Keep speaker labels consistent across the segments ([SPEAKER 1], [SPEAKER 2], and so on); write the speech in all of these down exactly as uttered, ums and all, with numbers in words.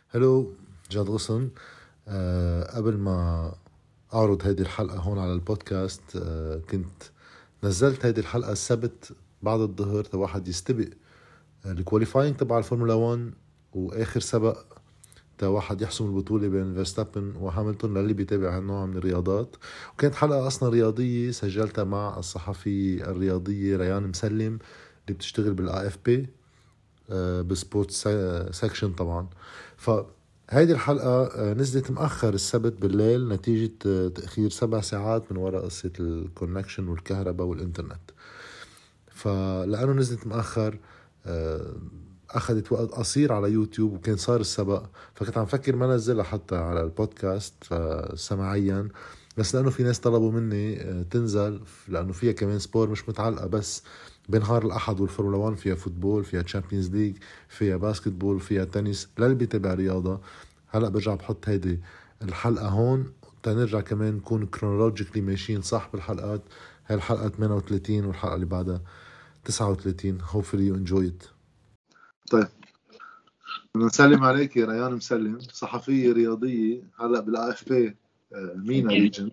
[SPEAKER 1] هلو جاد غصن. أه قبل ما أعرض هذه الحلقة هون على البودكاست أه كنت نزلت هذه الحلقة السبت بعد الظهر تا واحد يستبق الكواليفاينج تبع الفورمولا واحد وآخر سبق تا واحد يحسم البطولة بين فيرستابن وهاملتون للي بيتابع هالنوع من الرياضات. وكانت حلقة أصلا رياضية سجلتها مع الصحفية الرياضية ريان مسلم اللي بتشتغل بالآ اف بي أه بسبورت سيكشن طبعا. فهيدي الحلقة نزلت مؤخر السبت بالليل نتيجة تأخير سبع ساعات من وراء قصة الكونكشن والكهرباء والإنترنت. فلأنه نزلت مؤخر أخذت وقت قصير على يوتيوب وكان صار السبق، فكنت عم فكر ما نزلها حتى على البودكاست سمعيا، بس لأنه في ناس طلبوا مني تنزل لأنه فيها كمان سبور مش متعلقة بس بنهار الأحد والفورمولا واحد، فيها فوتبول، فيها تشامبيونز ليج، فيها باسكتبول، فيها تنس للي بيتابع رياضة. هلأ برجع بحط هيدي الحلقة هون تنرجع كمان نكون كرونولوجيكلي ماشيين صح بالحلقات. هاي الحلقة ثمانية وثلاثين والحلقة اللي بعدها تسعة وثلاثين. hopefully you enjoy it. طيب نسلم عليك يا ريان مسلم، صحفية رياضية هلأ بالآ اف بي مينا ريجن،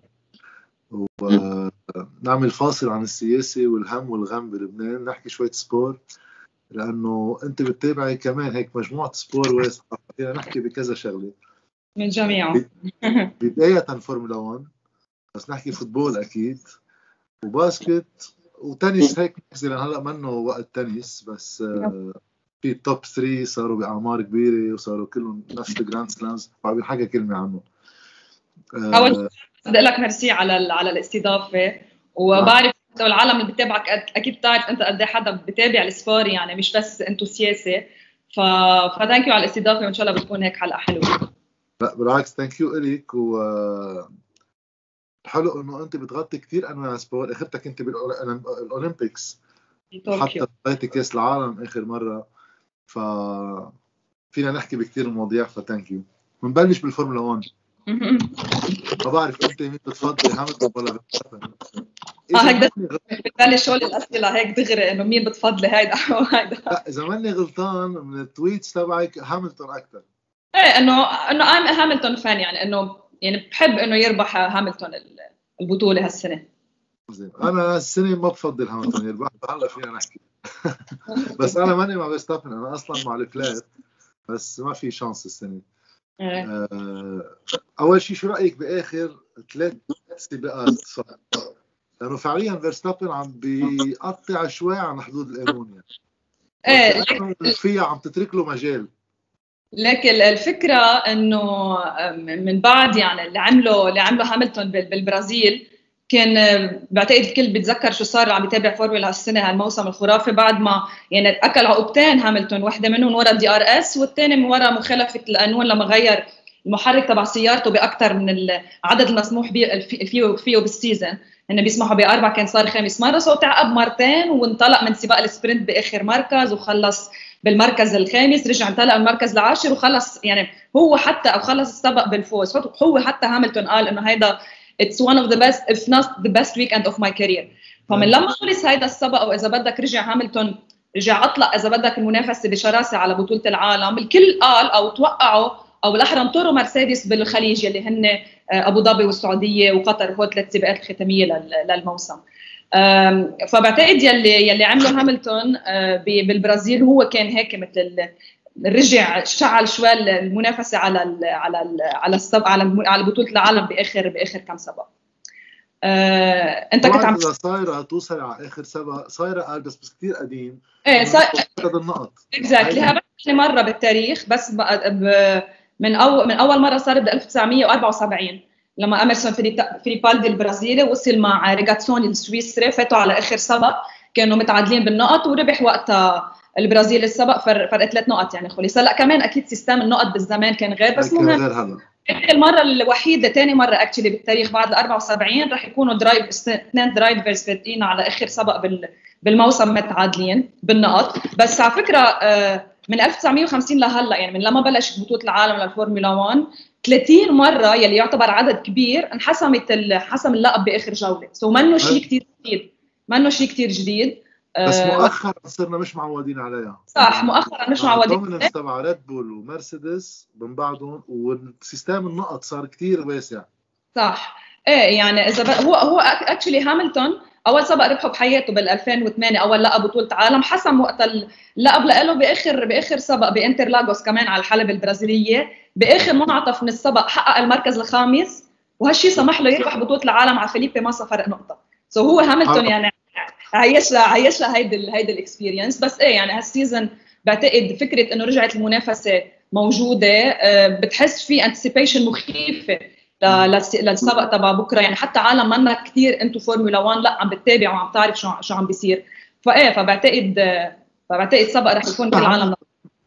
[SPEAKER 1] ونعمل فاصل عن السياسة والهم والغم بلبنان، نحكي شوية سبور لأنه أنت بتتابعي كمان هيك مجموعة سبور واسعة، فينا نحكي بكذا شغلة
[SPEAKER 2] من جميعه.
[SPEAKER 1] بداية فورمولا واحد، بس نحكي فوتبول أكيد وباسكت وتنس هيك نحكي، لأن هلأ منه وقت تنس، بس في التوب ثلاثة صاروا بأعمار كبيرة وصاروا كلهم نفس الجراند سلامز، فعبين حاجة كلمة عنه.
[SPEAKER 2] أول بدي لك ميرسي على على الاستضافة، وبعرف انه العالم اللي بتتابعك اكيد بتعرف انت قد ايه حدا بتابع السبور، يعني مش بس انتو سياسه، ف فثانك يو على الاستضافه، وان شاء الله بتكون هيك حلقه حلوه.
[SPEAKER 1] لا بالعكس، ثانك يو اليك. و حلو انه انت بتغطي كثير انواع سبور، اخرتك انت بالاولمبيكس حتى غطيتي كاس العالم اخر مره، ف فينا نحكي بكثير مواضيع، فثانك يو. بنبلش بالفورمولا واحد. ما بعرف انت مين بتفضلي، هاملتون ولا فيرستابن؟
[SPEAKER 2] اه هيك بتبلش شغل الاسئله هيك دغري انه مين بتفضلي هيدا او هيدا.
[SPEAKER 1] لا اذا ماني غلطان من التويتس تبعك هاملتون اكثر.
[SPEAKER 2] ايه انه انه ام هاملتون فان، يعني انه يعني بحب انه يربح هاملتون البطوله هالسنه.
[SPEAKER 1] زين، انا السنه ما بفضل هاملتون يربح، هلا فينا نحكي. بس انا ماني مع فيرستابن، انا اصلا مع لكلير، بس ما في شانس السنه. أه اول شيء شو رايك باخر ثلاث سباقات؟ لانه فعليا فيرستابن عم بيقطع شوي عن حدود القانون، يعني ايه فيها عم تترك له مجال.
[SPEAKER 2] لكن الفكره انه من بعد يعني اللي عمله اللي عمله هاملتون بالبرازيل، كان بعتقد الكل بيتذكر شو صار عم يتابع فورمولا هالسنه هالموسم الخرافي، بعد ما يعني اكل عقوبتين هاملتون، واحده منهم ورا الدي ار اس والثاني من ورا مخالفه القانون لما غير المحرك تبع سيارته باكثر من العدد المسموح فيه فيه بالسيزون، انه بيسمحوا باربع، كان صار خامس مره، سو تعقب مرتين وانطلق من سباق السبرنت باخر مركز وخلص بالمركز الخامس، رجع انطلق المركز العاشر وخلص، يعني هو حتى او خلص السبق بالفوز. هو حتى هاملتون قال انه هيدا it's one of the best if not the best weekend of my career. فمن لما خلص هيدا السبق، او اذا بدك رجع هاملتون رجع اطلق اذا بدك المنافسه بشراسه على بطوله العالم، الكل قال او توقعوا او بالاحرى انطروا مرسيدس بالخليج اللي هن ابو ظبي والسعوديه وقطر، هو ثلاث سباقات الختاميه للموسم. فبعتقد يلي يلي عمله هاملتون بالبرازيل هو كان هيك مثل رجع شعل شوي المنافسه على ال على ال على السبق على على بطوله العالم باخر باخر كم سبق. آه، انت كنت عم
[SPEAKER 1] صايره توصل على اخر سبق، صايره قال بس بس كثير قديم،
[SPEAKER 2] ايه صار
[SPEAKER 1] عدد النقط
[SPEAKER 2] اكزاكتلي هذا مره بالتاريخ، بس من اول من اول مره صار ب ألف وتسعمية وأربعة وسبعين لما اميرسون فيليبالدي البرازيلي وصل مع ريغاتسوني السويسري، فاتوا على اخر سبق كانوا متعادلين بالنقط، وربح وقتها البرازيل السبق فرق فرق ثلاث نقط. يعني خلص هلا كمان اكيد سيستم النقط بالزمان كان غير، بس مهم
[SPEAKER 1] غير هلا
[SPEAKER 2] المره الوحيده ثاني مره اكشلي بالتاريخ بعد ال أربعة وسبعين رح يكونوا درايف اثنين درايفرز فاتين على اخر سبق بال بالموسم متعادلين بالنقط. بس على فكره من ألف وتسعمية وخمسين لهلا، يعني من لما بلشت بطوله العالم للفورمولا واحد، ثلاثين مره يلي يعتبر عدد كبير انحسمت حسم اللقب باخر جوله، سو منه شيء كثير جديد، منه شيء كثير جديد.
[SPEAKER 1] بس مؤخرا صرنا مش معودين عليها.
[SPEAKER 2] صح، مؤخرا مش معودين.
[SPEAKER 1] الدوميننس تبع ريد بول ومرسيدس من بعضهم، والسيستم النقط صار كتير واسع.
[SPEAKER 2] صح، ايه يعني اذا هو هو اكشلي هاملتون اول سبق ربحه بحياته بال ألفين وثمانية، اول لقب بطوله عالم، حسم وقت اللقب له باخر باخر سبق بانترلاغوس كمان على الحلبة البرازيليه، باخر منعطف من السبق حقق المركز الخامس، وهالشيء سمح له يربح بطوله العالم على فيليبي ماسا فرق نقطه. سو so هو هاملتون يعني عايش لها عايش لها هيدي هيدي الاكسبيرينس. بس ايه يعني هالسيزون بعتقد فكره انه رجعت المنافسه موجوده، بتحس في انتسيبيشن مخيفه للسبق تبع بكره، يعني حتى عالم منا كثير انتم فورمولا واحد لا عم بتتابع وعم تعرف شو شو عم بيصير. فايه فبعتقد فبعتقد سبق رح يكون كل العالم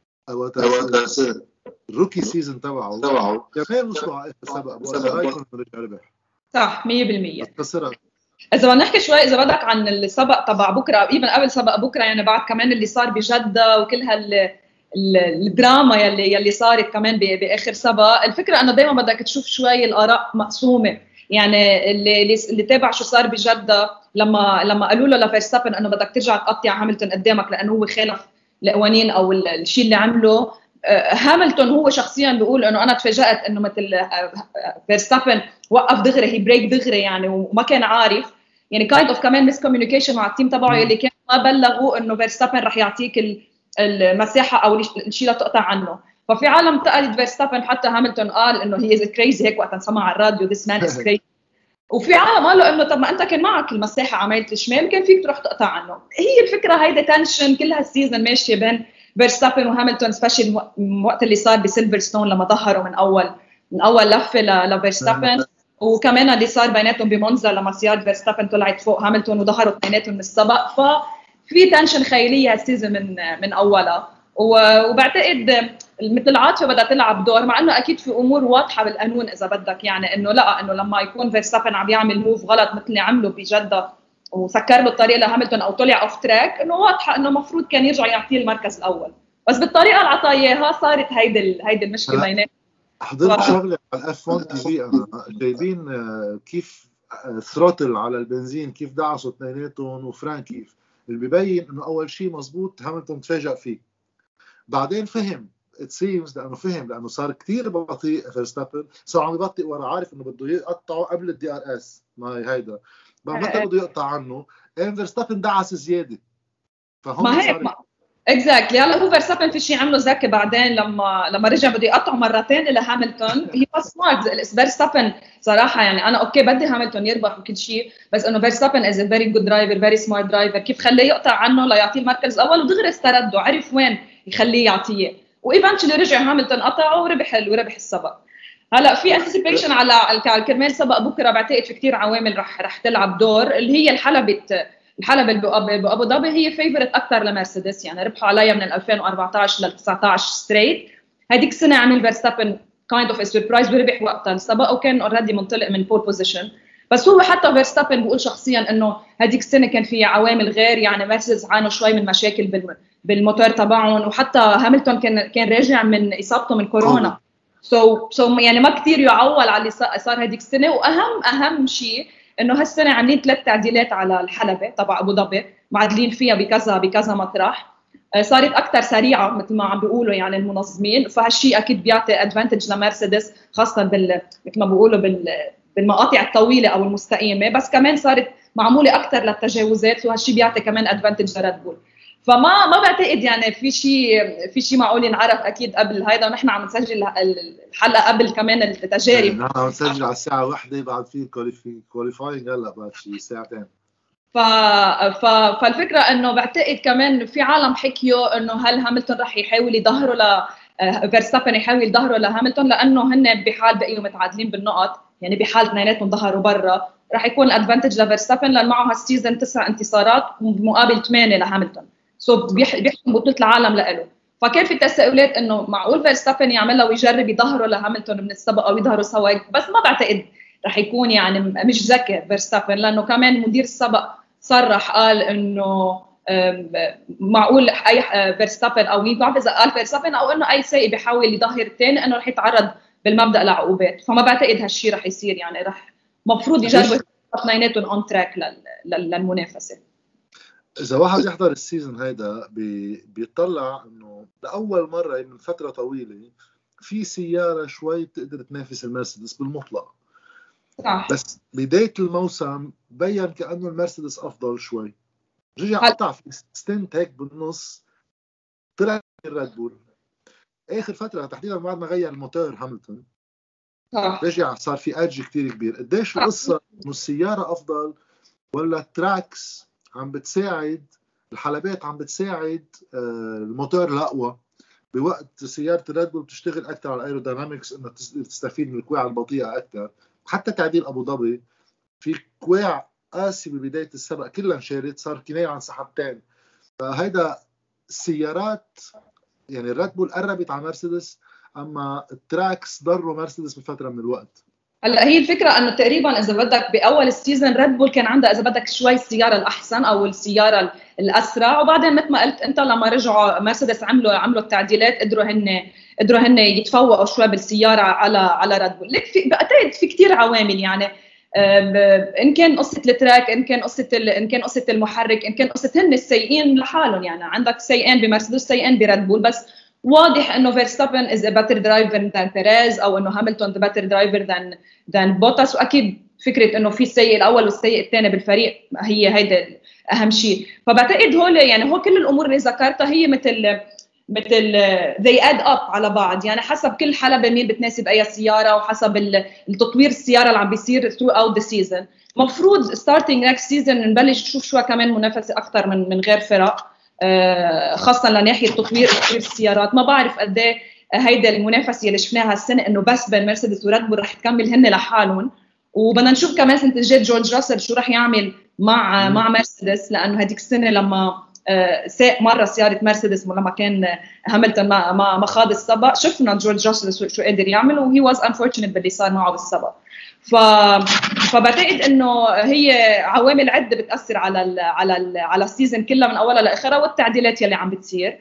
[SPEAKER 1] الروكي سيزون تبعه تبعه كمان وصلوا على اخر سبق رايكون رجع ربح.
[SPEAKER 2] صح مية بالمية. اذا بدنا نحكي شوي اذا بدك عن السبق تبع بكره، ايفن قبل سبق بكره يعني بعد كمان اللي صار بجده وكل هال الدراما يلي يلي صارت كمان باخر سبق، الفكره انه دائما بدك تشوف شوي الاراء مقسومه. يعني اللي اللي تابع شو صار بجده لما لما قالوا له لفيرستابن انه بدك ترجع تقطع هاملتون قدامك لانه هو خالف القوانين او الشيء اللي عمله. هاملتون هو شخصيا بيقول انه انا تفاجات انه مثل فيرستابن وقف دغري، هي بريك دغري يعني وما كان عارف، يعني كايند اوف كمان مس كوميونيكيشن مع التيم تبعه اللي كان ما بلغوا انه فيرستابن رح يعطيك المساحه او الشيء لا تقطع عنه. ففي عالم انتقدت فيرستابن، حتى هاملتون قال انه هي از كريزي هيك وقت سمع على الراديو ذس مان از كريزي. وفي عالم قالوا انه طب ما انت كان معك المساحه عمايل الشمال كان فيك تروح تقطع عنه. هي الفكره هيدا تنشن كل هالسيزون ماشيه بين فيرستابن وهاملتون، سبيشلي وقت اللي صار بسيلفرستون لما ظهروا من اول من اول لفه لفيرستابن، وكمان اللي صار بيناتهم بمونزا لما سياره فيرستابن طلعت فوق هاملتون وظهروا اثنيناتهم من السبق. ففي تنشن خياليه هالسيزون من من اولها، وبعتقد مثل العاطفه بدها تلعب دور، مع انه اكيد في امور واضحه بالقانون اذا بدك، يعني انه لا انه لما يكون فيرستابن عم يعمل موف غلط مثل اللي عمله بجده وسكر له الطريق لهاملتون او طلع اوف تراك، انه واضحه انه المفروض كان يرجع يعطيه المركز الاول، بس بالطريقه اللي عطاه اياها صارت هيدي هيدي المشكله بيناتهم.
[SPEAKER 1] حضرت شغله على الاف واحد تي في، انا جايبين كيف ثروتل على البنزين، كيف دعسوا اثنيناتهم وفران كيف اللي ببين انه اول شيء مزبوط هاملتون تفاجأ فيه، بعدين فهم it seems لانه فهم لانه صار كتير بطيء فيرستابن، صار عم يبطئ ورا عارف انه بده يقطعه قبل الدي ار اس، ما هيدا ما متى بده يقطع عنه ان فيرستابن دعس زياده. فهم
[SPEAKER 2] ما هيك ما اكزاكتلي. هلا هو فيرستابن في شيء عمله ذكي بعدين لما لما رجع بده يقطعه مرتين لهاملتون، هي بس سمارت فيرستابن صراحه. يعني انا اوكي بدي هاملتون يربح وكل شيء، بس انه فيرستابن از ا فيري جود درايفر فيري سمارت درايفر، كيف خليه يقطع عنه ليعطيه المركز الاول ودغري استرده، عرف وين يخليه يعطيه، وايفنتشلي رجع هاملتون قطعه وربح وربح السبق. هلا في انتسيبيشن على كرمال سبق بكره، بعتقد في كثير عوامل رح رح تلعب دور، اللي هي الحلبة الحلبة بأبو ظبي هي فيفورت اكثر لمرسيدس، يعني ربحوا عليها من ألفين وأربعطعش لل تسعطعش ستريت. هذيك السنه عمل فيرستابن كايند اوف سربرايز وربح وقتها السبق وكان اوريدي منطلق من بول بوزيشن، بس هو حتى فيرستابن بيقول شخصيا انه هذيك السنه كان في عوامل غير، يعني مرسيدس عانوا شوي من مشاكل بالموتور تبعهم، وحتى هاملتون كان كان راجع من اصابته من كورونا. سو so, سو so يعني ما كثير يعول على اللي صار هذيك السنه. واهم اهم شيء انه هالسنه عاملين ثلاث تعديلات على الحلبة تبع ابو ظبي، معدلين فيها بكذا بكذا مطرح، صارت اكثر سريعه مثل ما عم بيقولوا يعني المنظمين، فهالشيء اكيد بيعطي ادفانتج لمرسيدس خاصه بال مثل ما بيقولوا بال بالمقاطع الطويله او المستقيمه، بس كمان صارت معموله اكثر للتجاوزات، وهالشيء بيعطي كمان ادفانتج لريد بول. فما ما بعتقد يعني في شيء في شيء معقول ينعرف اكيد قبل هيدا، ونحن عم نسجل الحلقه قبل كمان التجارب،
[SPEAKER 1] نحن عم نسجل على الساعه واحدة بعد في كواليفاينج هلا بعد شيء ساعتين.
[SPEAKER 2] ف... ف... فالفكره انه بعتقد كمان في عالم حكيوا انه هل هاملتون رح يحاول يظهروا ل فيرستابن يحاول يظهروا لهاملتون، لانه هن بحال بقيوا متعادلين بالنقط، يعني بحال اثنيناتهم ظهروا برا رح يكون الادفانتج لفيرستابن لان معه هالسيزون تسع انتصارات مقابل ثمانيه لهاملتون، سو so بيحكم بطوله العالم لإله. فكان في تساؤلات انه معقول فيرستابن يعملها ويجرب يظهره لهاملتون من السبق او يظهروا سوا، بس ما بعتقد رح يكون يعني مش ذكي فيرستابن، لانه كمان مدير السبق صرح قال انه معقول اي فيرستابن او مين بعرف اذا قال فيرستابن او انه اي سائق بيحاول يظهر الثاني انه رح يتعرض بالمبدا لعقوبات، فما بعتقد هالشيء رح يصير، يعني رح مفروض يجربوا اثنيناتهم اون تراك للمنافسه.
[SPEAKER 1] اذا واحد يحضر السيزون هيدا بي... بيطلع انه لاول مره من فتره طويله في سياره شوي بتقدر تنافس المرسيدس بالمطلق.
[SPEAKER 2] صح.
[SPEAKER 1] بس بدايه الموسم بين كانه المرسيدس افضل شوي، رجع
[SPEAKER 2] هل...
[SPEAKER 1] قطع في ستنت هيك بالنص، طلع الريد بول اخر فتره تحديدا بعد ما غير الموتور هاملتون.
[SPEAKER 2] صح.
[SPEAKER 1] رجع صار في اج كتير كبير. قديش القصه انه السياره افضل ولا التراكس عم بتساعد، الحلبات عم بتساعد الموتور الاقوى، بوقت سياره الريد بول بتشتغل اكثر على الايروداينامكس انها تستفيد من الكواع البطيئه اكثر. حتى تعديل ابو ظبي في كواع قاسي ببدايه السباق كلها انشالت، صار كنايه عن سحبتين. فهيدا السيارات يعني الريد بول قربت على مرسيدس، اما التراكس ضروا مرسيدس بفتره من الوقت.
[SPEAKER 2] هلا هي الفكره انه تقريبا اذا بدك باول السيزون ريد بول كان عندها اذا بدك شوي السياره الاحسن او السياره الاسرع، وبعدين مثل ما قلت انت لما رجعوا مرسيدس عملوا عملوا التعديلات قدروا هن قدروا هن يتفوقوا شوي بالسياره على على ريد بول. لك في بعتقد في كثير عوامل يعني، ان كان قصه التراك، ان كان قصه ان كان قصه المحرك، ان كان قصه هن السيئين لحالهم. يعني عندك سيئين بمرسيدس سيئين بريد بول، بس واضح انه فيرستابن از ا بيتر درايفر ذان بيريز، او انه هاملتون ذا بيتر درايفر ذان ذان بوتاس. واكيد فكره انه في السيء الاول والسيء الثاني بالفريق هي هيدا اهم شيء. فبعتقد هول يعني هو كل الامور اللي ذكرتها هي مثل مثل they add up على بعض، يعني حسب كل حلبة مين بتناسب اي سياره، وحسب التطوير السياره اللي عم بيصير throughout the season. مفروض starting next season نبلش نشوف شوي كمان منافسه اكثر من من غير فرق، خاصه لناحيه تطوير تطوير السيارات. ما بعرف قد ايه هيدا المنافسه اللي شفناها السنه انه بس بين مرسيدس وريد بول رح تكمل هن لحالهم، وبدنا نشوف كمان سنه الجاي جورج راسل شو رح يعمل مع مع مرسيدس، لانه هذيك السنه لما ساق مره سياره مرسيدس لما كان هاملتون ما ما خاض السباق، شفنا جورج راسل شو قادر يعمل، وهي واز انفورتونيت باللي صار معه بالسباق. ف فبعتقد انه هي عوامل عده بتاثر على ال على ال على السيزون كلها من اولها لاخرها، والتعديلات يلي عم بتصير.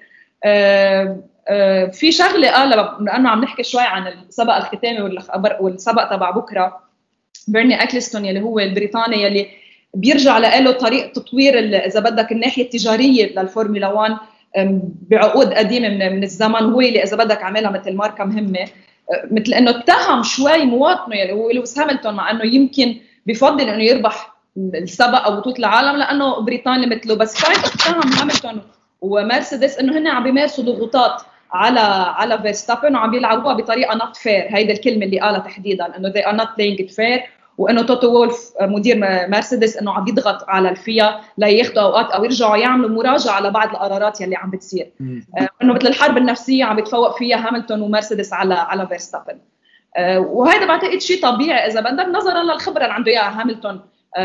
[SPEAKER 2] أه أه في شغله قالها لانه عم نحكي شوي عن السبق الختامي والسبق تبع بكره، بيرني اكليستون يلي هو البريطاني يلي بيرجع له طريق تطوير اذا بدك الناحيه التجاريه للفورمولا واحد بعقود قديمه من, من الزمن، هو اللي اذا بدك عملها مثل ماركه مهمه، مثل انه اتهم شوي مواطنه اللي هو لويس هاملتون، مع انه يمكن بفضل انه يربح السبق او بطوله العالم لانه بريطاني مثله، بس فايت اتهم هاملتون ومرسيدس انه هن عم بيمارسوا ضغوطات على على فيرستابن وعم بيلعبوها بطريقه نوت فير. هيدا الكلمه اللي قالها تحديدا، انه they are not playing it fair، وانه توتو وولف مدير مرسيدس انه عم يضغط على الفيا لياخذوا اوقات او يرجعوا يعملوا مراجعه على بعض القرارات يلي عم بتصير، انه مثل الحرب النفسيه عم بتفوق فيها هاملتون ومرسيدس على على فيرستابن. وهذا بعتقد شيء طبيعي اذا بدك، نظرا للخبره اللي عنده اياها هاملتون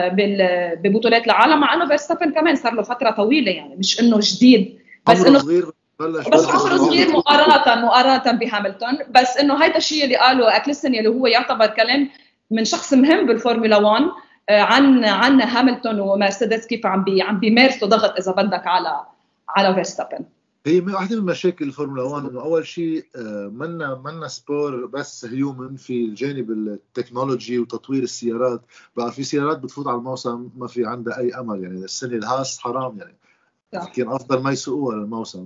[SPEAKER 2] ببطولات العالم، مع انه فيرستابن كمان صار له فتره طويله، يعني مش انه جديد، بس انه
[SPEAKER 1] صغير بلش
[SPEAKER 2] بس عمره صغير مقارنه مقارنه بهاملتون. بس انه هيدا الشيء اللي قاله اكليستون اللي هو يعتبر كلام من شخص مهم بالفورمولا واحد عن عن هاملتون ومرسيدس، كيف عم بي عم بيمارسوا ضغط اذا بدك على على فيرستابن.
[SPEAKER 1] هي واحدة من مشاكل الفورمولا واحد انه اول شيء منا منا سبور بس هيومن في الجانب التكنولوجي وتطوير السيارات. بقى في سيارات بتفوت على الموسم ما في عندها اي امل، يعني السنه الهاس حرام يعني كان افضل ما يسوقوها للموسم.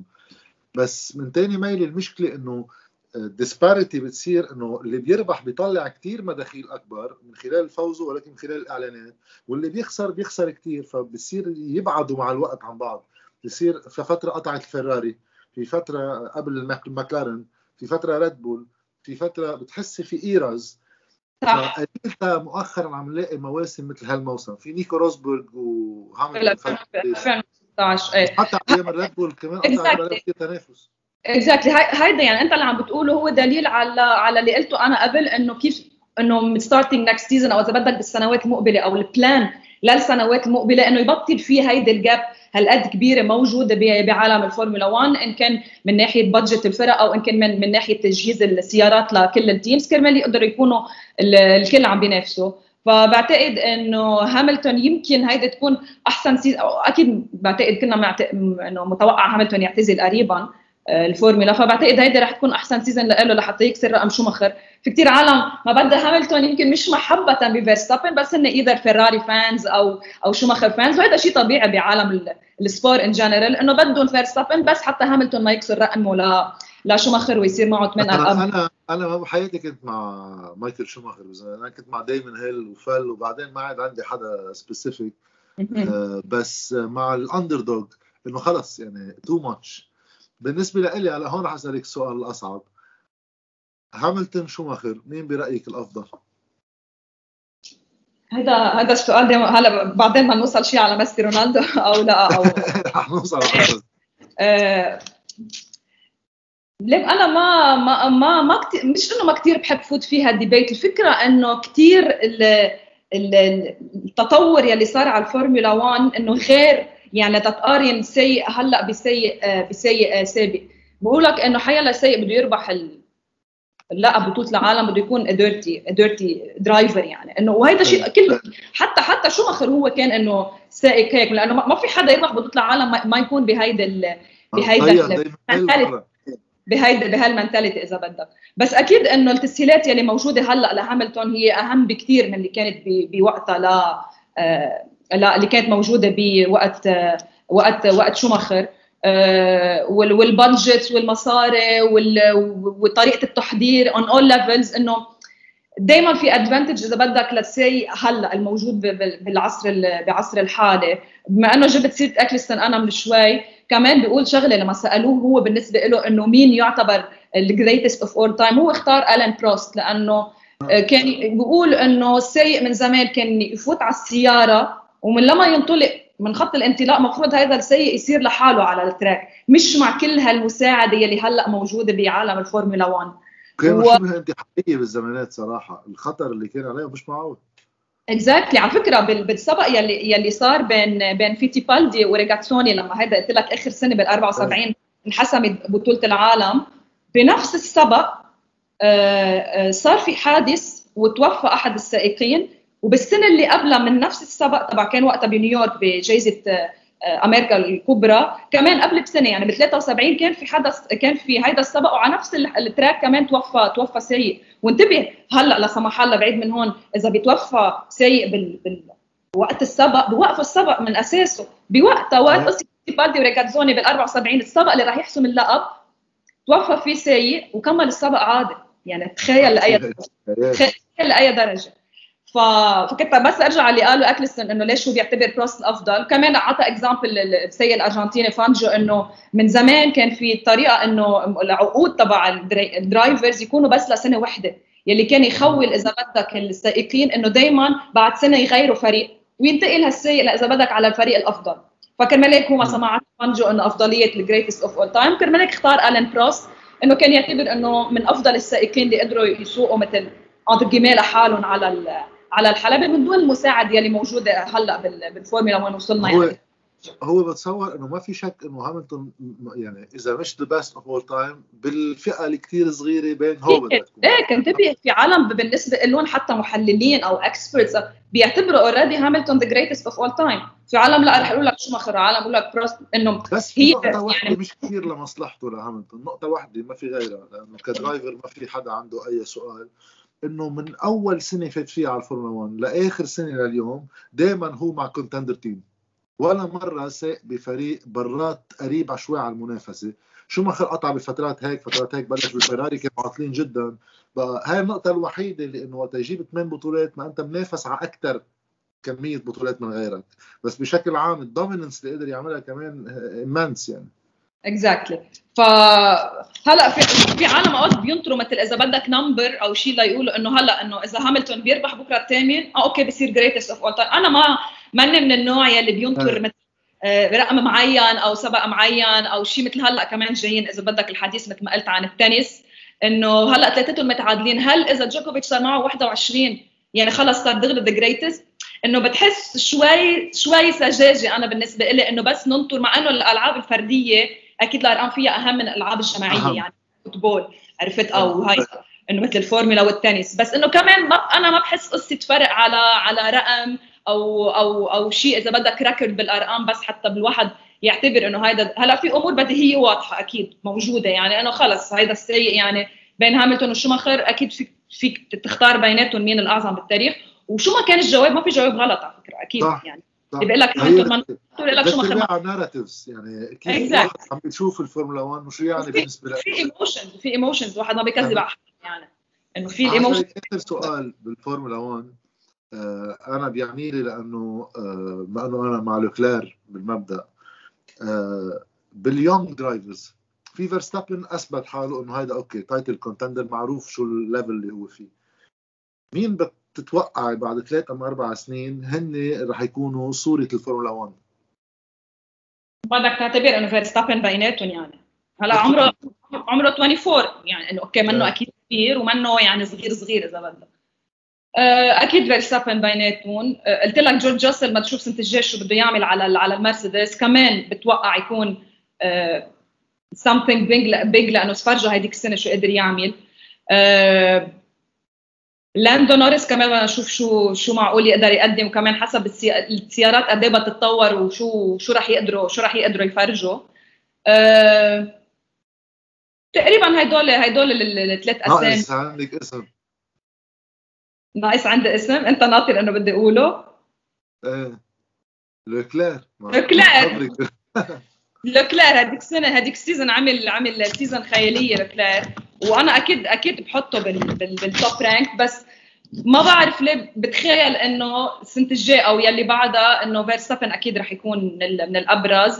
[SPEAKER 1] بس من تاني ميل المشكله انه ديسباريتي بتصير، انه اللي بيربح بيطلع كتير مداخيل اكبر من خلال فوزه ولكن من خلال الاعلانات، واللي بيخسر بيخسر كتير، فبصير يبعدوا مع الوقت عن بعض. بصير في فتره قطعت الفيراري، في فتره قبل المكلارن، في فتره ريد بول، في فتره بتحسي في ايراز. فقليلتها مؤخرا عم نلاقي مواسم مثل هالموسم في نيكو روزبرغ وهاملتون
[SPEAKER 2] ألفين وستة عشر
[SPEAKER 1] حتى ايام الريد بول كمان قطعت على كثير تنافس.
[SPEAKER 2] اكزاكتلي هيدا يعني انت اللي عم بتقوله هو دليل على على اللي قلته انا قبل، انه كيف انه من ستارتنج نكست سيزون او اذا بدك بالسنوات المقبله او البلان للسنوات المقبله انه يبطل في هيدي الجاب هالقد كبيره موجوده بعالم الفورمولا واحد، ان كان من ناحيه بادجت الفرق او ان كان من, من ناحيه تجهيز السيارات لكل التيمز كرمال يقدروا يكونوا الكل عم بينافسوا. فبعتقد انه هاملتون يمكن هيدا تكون احسن سيزون، اكيد بعتقد كنا معت... انه متوقع هاملتون يعتزل قريبا، الفورمولا. فبعتقد هيدي رح تكون احسن سيزون له لحتى يكسر رقم شوماخر. في كتير عالم ما بدها هاملتون يمكن مش محبه بفيرستابن، بس انه ايذر فيراري فانز او او شوماخر فانز، وهذا شيء طبيعي بعالم السبور ان جنرال، انه بدهم فيرستابن بس حتى هاملتون ما يكسر رقمه لا لشوماخر ويصير معه ثمانية
[SPEAKER 1] انا
[SPEAKER 2] ارقام.
[SPEAKER 1] انا انا بحياتي كنت مع مايكل شوماخر، انا كنت مع دايمن هيل وفل، وبعدين ما عاد عندي حدا سبيسيفيك. آه بس مع الاندر دوغ انه خلص يعني تو ماتش. بالنسبه لي على هون حسألك السؤال الاصعب، هاملتون شوماخر مين برايك الافضل؟
[SPEAKER 2] هذا هذا السؤال ده هلا بعدين ما نوصل شيء على ميسي رونالدو او لا او
[SPEAKER 1] رح نوصل على
[SPEAKER 2] آه ليه انا ما ما ما, ما كتير، مش انه ما كتير بحب فوت فيها الديبيت. الفكره انه كتير التطور يلي صار على الفورمولا واحد انه غير، يعني تتقارن سيء هلا بسيء بسيء سابق. بقول لك انه حيلا سيء بده يربح اللقب بطوله العالم بده يكون ديرتي ديرتي درايفر، يعني انه وهذا شيء كله. حتى حتى شوماخر هو كان انه سائق هيك، لانه ما في حدا يربح بطوله العالم ما يكون بهيدا بهيدا بهيدا بهالمنتاليتي اذا بدك. بس اكيد انه التسهيلات يلي موجوده هلا لهاملتون هي اهم بكثير من اللي كانت بوقتها لا لا اللي كانت موجوده بوقت وقت وقت شوماخر. والبادجت والمصاري وطريقه التحضير on all levels، انه دائما في ادفانتج اذا بدك للسايق هلا الموجود بالعصر بعصر الحالي. بما انه جبت سيره اكليستون انا من شوي، كمان بيقول شغله لما سالوه هو بالنسبه له انه مين يعتبر الجريتست اوف اول تايم، هو اختار الين بروست، لانه كان بيقول انه السايق من زمان كان يفوت على السياره ومن لما ينطلق من خط الانطلاق مفروض هذا السايق يصير لحاله على التراك، مش مع كل هالمساعده يلي هلا موجوده بعالم الفورمولا واحد.
[SPEAKER 1] كانوا و... شبه انتحاريه بالزمانات صراحه، الخطر اللي كان عليه مش معقول.
[SPEAKER 2] اكزاكتلي. على فكره بالسبق يلي يلي صار بين بين فيتيبالدي وريغاتسوني، لما هيدا قلت لك اخر سنه بال أربعة وسبعين انحسمت بطوله العالم، بنفس السبق صار في حادث وتوفى احد السائقين. وبالسنه اللي قبلها من نفس السبق تبع كان وقتها بنيويورك بجائزه امريكا الكبرى، كمان قبل بسنه يعني ب ثلاثة وسبعين كان في حدث، كان في هيدا السبق وعلى نفس التراك كمان توفى توفى سايق. وانتبه هلا لا سمح الله بعيد من هون، اذا بيتوفى سايق بال... بال... وقت السبق بوقفوا السبق من اساسه. بوقتها وقت قصه بالدي وريغاتزوني بال أربعة وسبعين السبق اللي راح يحسم اللقب توفى فيه سايق وكمل السبق عادي. يعني تخيل لاي تخيل لاي درجه. ف... فكنت بس ارجع اللي قاله اكليستون انه ليش هو بيعتبر بروست الافضل. كمان اعطى اكزامبل السيد الارجنتيني فانجو، انه من زمان كان في طريقه انه العقود تبع الدرايفرز يكونوا بس لسنه واحده، يلي كان يخول اذا بدك السائقين انه دائما بعد سنه يغيروا فريق وينتقل هالسائق اذا بدك على الفريق الافضل. فكرمالك هو سمعت فانجو انه افضليه الجريتست اوف اول تايم، كرمالك اختار الين بروست انه كان يعتبر انه من افضل السائقين اللي قدروا يسوقوا مثل انتر جيمي لحالهم على على الحلبة من دون المساعد يلي موجوده هلا بالفورمولا وين وصلنا.
[SPEAKER 1] هو
[SPEAKER 2] يعني
[SPEAKER 1] هو بتصور انه ما في شك انه هاملتون يعني اذا مش ذا بيست اوف اول تايم بالفئه اللي كثير صغيره بين هو بدك تكون.
[SPEAKER 2] ايه انتبه في عالم بالنسبه لهم حتى محللين او اكسبرتس بيعتبروا اوريدي هاملتون ذا جريتست اوف اول تايم. في عالم لا رح يقول لك شوماخر، عالم يقول لك بروست، انه
[SPEAKER 1] بس هي نقطه واحده يعني مش كثير لمصلحته لهاملتون، نقطه واحده ما في غيرها، لانه كدرايفر ما في حدا عنده اي سؤال انه من اول سنه فات فيها على الفورمولا واحد لاخر سنه لليوم دائما هو مع كونتندر تيم، ولا مره ساق بفريق برات قريب شوي على المنافسه. شوماخر قطع بفترات هيك فترات هيك، بلش بالفيراري كانوا عاطلين جدا. بقى هاي النقطه الوحيده اللي انه وقت يجيب ثمان بطولات ما انت منافس على اكثر كميه بطولات من غيرك، بس بشكل عام الدوميننس اللي قدر يعملها كمان امانس يعني.
[SPEAKER 2] اكزاكتلي. فهلا في في عالم اوقات بينطروا مثل اذا بدك نمبر او شيء ليقولوا انه هلا انه اذا هاملتون بيربح بكره الثامن اه اوكي بصير جريتست اوف اول تايم. انا ما ماني من النوع يلي بينطر مثل رقم معين او سبق معين او شيء مثل هلا. كمان جايين اذا بدك الحديث مثل ما قلت عن التنس، انه هلا ثلاثتهم متعادلين، هل اذا جوكوفيتش صار معه واحد وعشرين يعني خلص صار دغري ذا جريتست؟ انه بتحس شوي شوي سذاجه انا بالنسبه لي انه بس ننطر، مع انه الالعاب الفرديه اكيد الارقام فيها اهم من الالعاب الجماعيه أهم. يعني فوتبول عرفت او هاي انه مثل الفورمولا والتنس، بس انه كمان ما انا ما بحس قصه فرق على على رقم او او او شيء اذا بدك ريكورد بالارقام، بس حتى بالواحد يعتبر انه هيدا هلا في امور بديهيه واضحه اكيد موجوده، يعني انه خلص هيدا السيء يعني بين هاملتون وشوماخر اكيد فيك فيك تختار بيناتهم مين الاعظم بالتاريخ، وشو ما كان الجواب ما في جواب غلط على فكره اكيد
[SPEAKER 1] صح.
[SPEAKER 2] يعني
[SPEAKER 1] صح.
[SPEAKER 2] اللي بيقول لك هاملتون ما بيقول لك شوماخر
[SPEAKER 1] ناراتيفز يعني كيف exactly. واحد عم بتشوف الفورمولا واحد وشو يعني بالنسبه لك
[SPEAKER 2] في ايموشنز في ايموشنز واحد ما بيكذب على يعني انه في
[SPEAKER 1] الايموشنز. اخر سؤال بالفورمولا واحد آه انا بيعني لي لانه آه ما انه انا مع لوكلير بالمبدا آه باليونج درايفرز في فيرستابن اثبت حاله انه هيدا اوكي تايتل كونتندر معروف شو الليفل اللي هو فيه. مين بتتوقع بعد ثلاث أم أربع سنين هن رح يكونوا صورة الفورمولا واحد؟
[SPEAKER 2] بدك تعتبر انه فيرستابن بيناتهم يعني هلا عمره عمره أربعة وعشرين يعني انه اوكي منه اكيد كبير ومنه يعني صغير صغير اذا بدك اكيد فيرستابن بيناتهم. قلت لك جورج راسل ما تشوف سنه الجيش شو بده يعمل على على المرسيدس كمان بتوقع يكون something big big لانه سفرجه هيديك السنه شو قدر يعمل. لاندو نوريس كمان بدنا نشوف شو شو معقول يقدر يقدم، وكمان حسب السيارات قد ايه بتتطور وشو شو رح يقدروا شو رح يقدروا يفرجوا. أه... تقريبا هدول هدول الثلاث اسامي.
[SPEAKER 1] ناقص عندك اسم؟
[SPEAKER 2] ناقص عندي اسم؟ انت ناطر انه بدي اقوله؟
[SPEAKER 1] ايه لوكلير.
[SPEAKER 2] لوكلير لوكلير هذيك السنه هذيك السيزون عمل عمل سيزون خياليه لوكلير، وانا اكيد اكيد بحطه بال بال بالتوب رانك، بس ما بعرف ليه بتخيل انه السنه الجايه او يلي بعدها انه فيرستابن اكيد رح يكون من, من الابرز،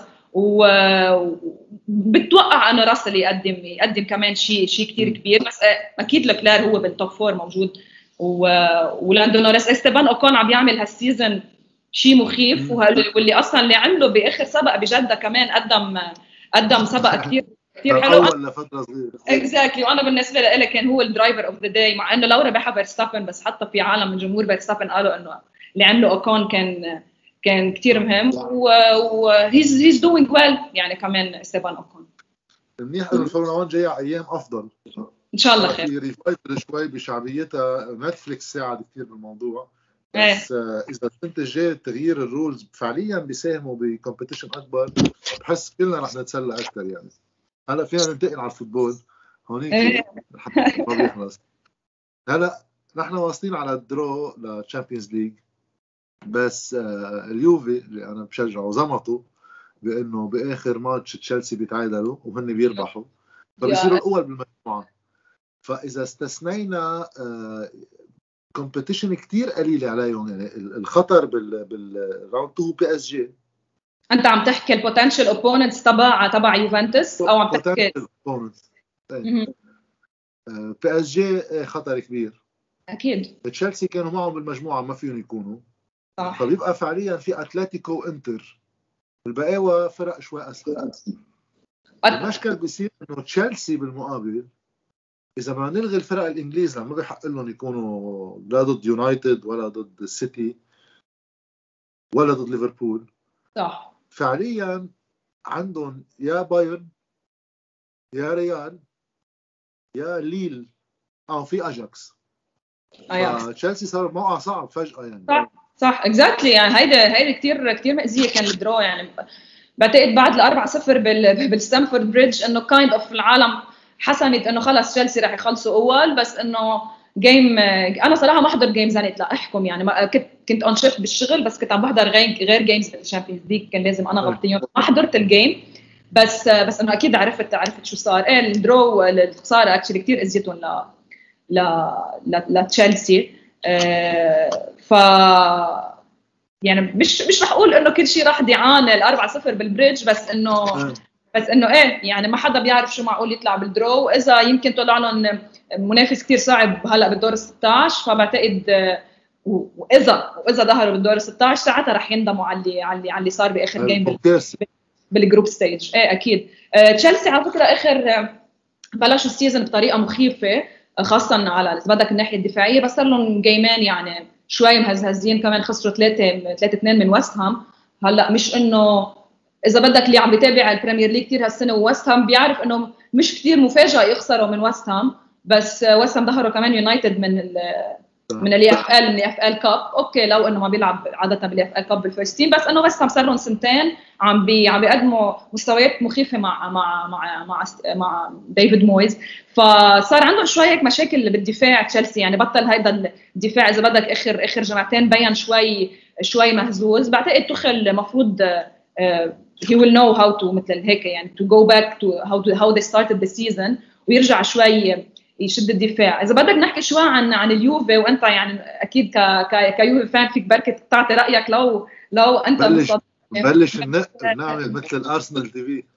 [SPEAKER 2] وبتوقع انه راسل يقدم يقدم كمان شيء شيء كثير كبير، بس اكيد لوكلير هو بالتوب فور موجود، ولاندو نوريس. استيفان اوكون عم يعمل هالسيزون شيء مخيف، واللي اصلا اللي عمله باخر سبق بجده كمان قدم قدم سبق كثير كثير حلو
[SPEAKER 1] اول لفتره صغيره
[SPEAKER 2] اكزاكتلي. وانا بالنسبه لي كان هو الدرايفر اوف ذا داي، مع انه لو ربحها فيرستابن بس حتى في عالم من جمهور فيرستابن قالوا انه اللي عمله اوكون كان كان كثير مهم، وهيز هيز دوينج ويل يعني كمان استيفان اوكون.
[SPEAKER 1] منيح انه الفورمولا واحد جايه على ايام افضل
[SPEAKER 2] ان شاء الله خير.
[SPEAKER 1] في ريفايتر شوي بشعبيتها، نتفليكس ساعد كثير بالموضوع، بس ايه. اذا كنت جاي تغيير الرولز فعليا بيساهموا بكومبيتيشن اكبر، بحس كلنا رح نتسلى اكثر. يعني هلا فينا ننتقل على الفوتبول هونيك ايه. ما بيخلص. هلا نحن واصلين على الدرو للتشامبيونز ليج، بس آه اليوفي اللي انا بشجعه زمطوا بانه باخر ماتش تشيلسي بيتعادلوا وهن بيربحوا فبيصيروا الاول بالمجموعه. فاذا استثنينا آه كومبيتيشن كتير قليله عليهم، يعني الخطر بال بالراوند اثنين بي اس جي.
[SPEAKER 2] انت عم تحكي البوتنشال اوبوننتس تبع تبع يوفنتوس او عم تحكي
[SPEAKER 1] اوبوننتس بي اس جي خطر كبير
[SPEAKER 2] اكيد.
[SPEAKER 1] تشيلسي كانوا معهم بالمجموعه ما فيهم يكونوا
[SPEAKER 2] صح.
[SPEAKER 1] فبيبقى فعليا في اتلتيكو انتر البقاوى فرق شوي اسهل. المشكل بيصير انه تشيلسي بالمقابل اذا ما نلغي الفرق الانجليز ما بيحق لهم يكونوا لا ضد يونايتد ولا ضد السيتي ولا ضد ليفربول.
[SPEAKER 2] صح.
[SPEAKER 1] فعليا عندهم يا بايرن يا ريال يا ليل او في اجاكس.
[SPEAKER 2] ايوه
[SPEAKER 1] تشيلسي صار موقع صعب فجأة يعني.
[SPEAKER 2] صح صح اكزاكتلي. يعني هيدا هيدا كثير كثير مأزية كان الدرو. يعني بعتقد بعد الأربعة صفر بال بالستانفورد بريدج انه كايند اوف العالم حسمت انه خلص تشيلسي رح يخلصوا اول، بس انه جيم انا صراحه ما احضر جيم زانت لا احكم يعني ما كنت كنت اون شيفت بالشغل، بس كنت عم بحضر غير غير جيمز بالشامبيونز ليج كان لازم انا غطيهم. ما حضرت الجيم بس بس انه اكيد عرفت عرفت شو صار. ايه الدرو الخساره اكشلي كثير اذيتهم ل ل لتشيلسي. آه ف يعني مش مش رح اقول انه كل شيء راح ضيعان الأربعة صفر بالبريدج، بس انه بس انه ايه يعني ما حدا بيعرف شو معقول يطلع بالدرو، واذا يمكن طلع لهم منافس كثير صعب هلا بالدور ستة عشر فبعتقد واذا واذا ظهروا بالدور ستة عشر ساعتها رح يندموا على اللي على اللي على اللي صار باخر جيم بالجروب ستيج. ايه اكيد. تشيلسي على فكره اخر بلشوا السيزون بطريقه مخيفه خاصه على اذا بدك الناحيه الدفاعيه، بس صار لهم جيمين يعني شوي مهزهزين. كمان خسروا ثلاثة ثلاثة اثنين من ويست هام. هلا مش انه اذا بدك اللي عم بيتابع البريمير ليج كثير هالسنه وويست هام بيعرف انه مش كثير مفاجاه يخسروا من ويست هام، بس ويست هام ظهروا كمان يونايتد من من الي اف ال من اف ال كاب. اوكي لو انه ما بيلعب عاده بالاف ال كاب بالفيرست تيم، بس انه بس عم صار لهم سنتين عم بي عم بيقدموا مستويات مخيفه مع مع مع مع, مع ديفيد مويز. فصار عندهم شوي هيك مشاكل بالدفاع تشيلسي، يعني بطل هيدا الدفاع اذا بدك اخر اخر جمعتين بين شوي شوي مهزوز. بعتقد تخل المفروض uh, he will know how to مثل هيك يعني to go back to how to how they started the season ويرجع شوي يشد الدفاع. اذا بدك نحكي شوي عن عن اليوفي، وانت يعني اكيد ك ك كيوفي فان فيك بركه تعطي رايك لو لو انت
[SPEAKER 1] بلش بلش نعمل مثل الارسنال تي في.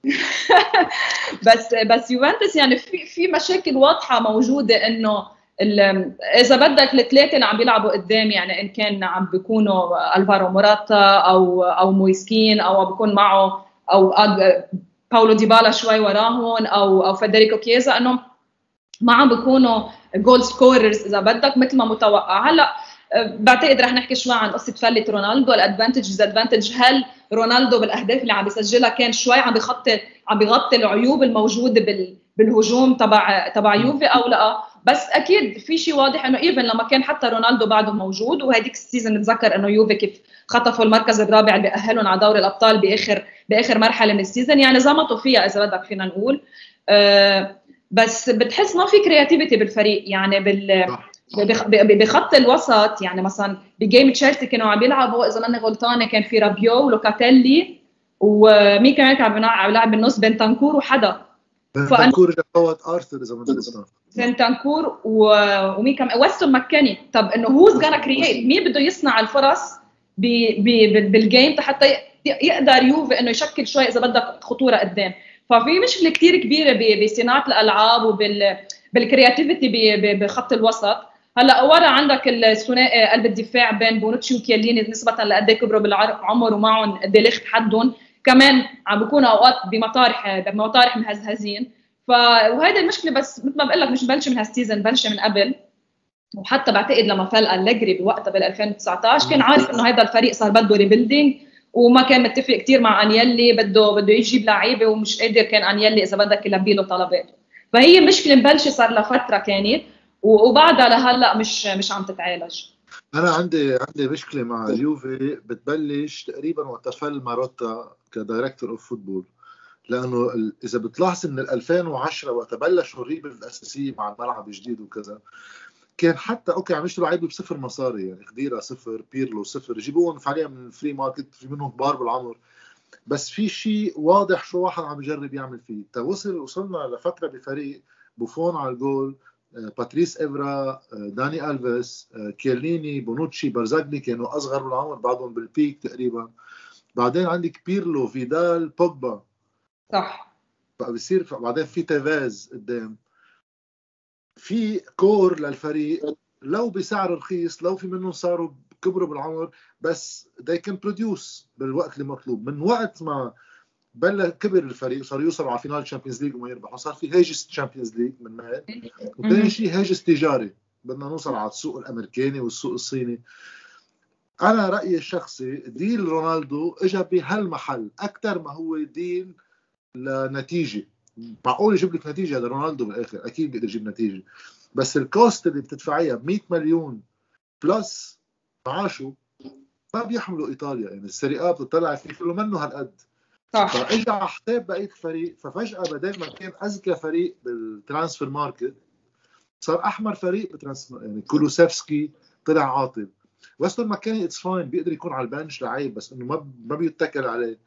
[SPEAKER 2] بس بس يوفنتوس يعني في في مشاكل واضحه موجوده، انه اذا بدك الثلاثه اللي عم بيلعبوا قدام، يعني ان كان عم بيكونوا الفارو موراتا او او مويسكين او بيكون معه او باولو ديبالا شوي وراهم او او فيدريكو كيزا، انه ما عم بيكونوا جول سكوررز اذا بدك مثل ما متوقع. هلا بعتقد رح نحكي شوي عن قصه فله رونالدو، الادفانتج ديزادفانتج. هل رونالدو بالاهداف اللي عم بيسجلها كان شوي عم بيغطي عم بيغطي العيوب الموجوده بال بالهجوم تبع تبع يوفي او لا؟ بس اكيد في شيء واضح انه ايفن لما كان حتى رونالدو بعده موجود، وهديك السيزون نتذكر انه يوفي كيف خطفوا المركز الرابع اللي بيأهلهم على دوري الابطال باخر باخر مرحله من السيزون، يعني زمطوا فيها اذا بدك فينا نقول. أه بس بتحس ما في كرياتيفيتي بالفريق، يعني بال بخط الوسط. يعني مثلا بجيم تشيلسي كانوا عم بيلعبوا اذا ماني غلطانه كان في رابيو ولوكاتيلي ومين كمان كان عم بيلعب بالنص بنتانكور وحدا
[SPEAKER 1] بنتانكور فوت ارثر اذا ماني غلطان
[SPEAKER 2] بنتانكور ومين كمان ويستون ماككيني. طب انه هوز غانا كرييت، مين بده يصنع الفرص بالجيم حتى يقدر يوفي انه يشكل شوي اذا بدك خطوره قدام. ففي مشكله كتير كبيره بصناعه الالعاب وبالكرياتيفيتي بخط الوسط. هلا ورا عندك الثنائي قلب الدفاع بين بونوتشي وكيليني نسبه لقد ايه كبروا بالعمر ومعهم قد ايه لخت حدهم، كمان عم بيكونوا اوقات بمطارح بمطارح مهزهزين. ف وهيدي المشكله، بس مثل ما بقول لك مش بلش من هالسيزون، بلش من قبل. وحتى بعتقد لما فال أليجري بوقتها بال ألفين وتسعطعش كان عارف انه هذا الفريق صار بده ريبيلدينج، وما كان متفق كتير مع انيلي، بده بده يجيب لعيبه ومش قادر كان انيلي اذا بدك يلبي له طلباته. فهي مشكله مبلشه صار لها فتره كانت، وبعدها لهلا مش مش عم تتعالج.
[SPEAKER 1] انا عندي عندي مشكله مع اليوفي بتبلش تقريبا وقت فل ماروتا كدايركتور اوف فوتبول، لانه اذا بتلاحظ من ألفين وعشرة وقت بلشوا الريبل الاساسيه مع الملعب الجديد وكذا، كان حتى اوكي عم يشتروا لعيبه بصفر مصاري، يعني خديرة صفر، بيرلو صفر، يجيبوهم فعليا من الفري ماركت، في منهم كبار بالعمر، بس في شيء واضح شو واحد عم يجرب يعمل فيه. توصل وصلنا لفتره بفريق بوفون على الجول، باتريس إفرا، داني ألفيس، كيليني، بونوتشي، برزاجلي كانوا اصغر بالعمر بعضهم بالبيك تقريبا. بعدين عندك بيرلو، فيدال، بوجبا،
[SPEAKER 2] صح،
[SPEAKER 1] بصير بعدين في تيفاز قدام، في كور للفريق لو بسعر رخيص، لو في منهم صاروا كبروا بالعمر، بس they can produce بالوقت المطلوب. من وقت ما بلش كبر الفريق صار يوصلوا على فينال تشامبيونز ليج وما يربحوا، صار في هاجس تشامبيونز ليج من مال، وثاني شيء هاجس تجاري، بدنا نوصل على السوق الامريكاني والسوق الصيني. انا رايي الشخصي ديل رونالدو اجى بهالمحل اكثر ما هو ديل لنتيجه. معقول يجيب لك نتيجه هذا رونالدو بالاخر، اكيد بيقدر يجيب نتيجه، بس الكوست اللي بتدفعيها ب مية مليون بلس معاشه ما بيحملوا ايطاليا. يعني السيريا بتطلع فيه كله منه هالقد. فاجى على حساب بقيه الفريق، ففجاه بدل ما كان اذكى فريق بالترانسفير ماركت صار احمر فريق بالترانسفير. يعني كولوسيفسكي طلع عاطل، ويستون ماككيني اتس فاين بيقدر يكون على البنش لعيب، بس انه ما ما بيتكل عليه.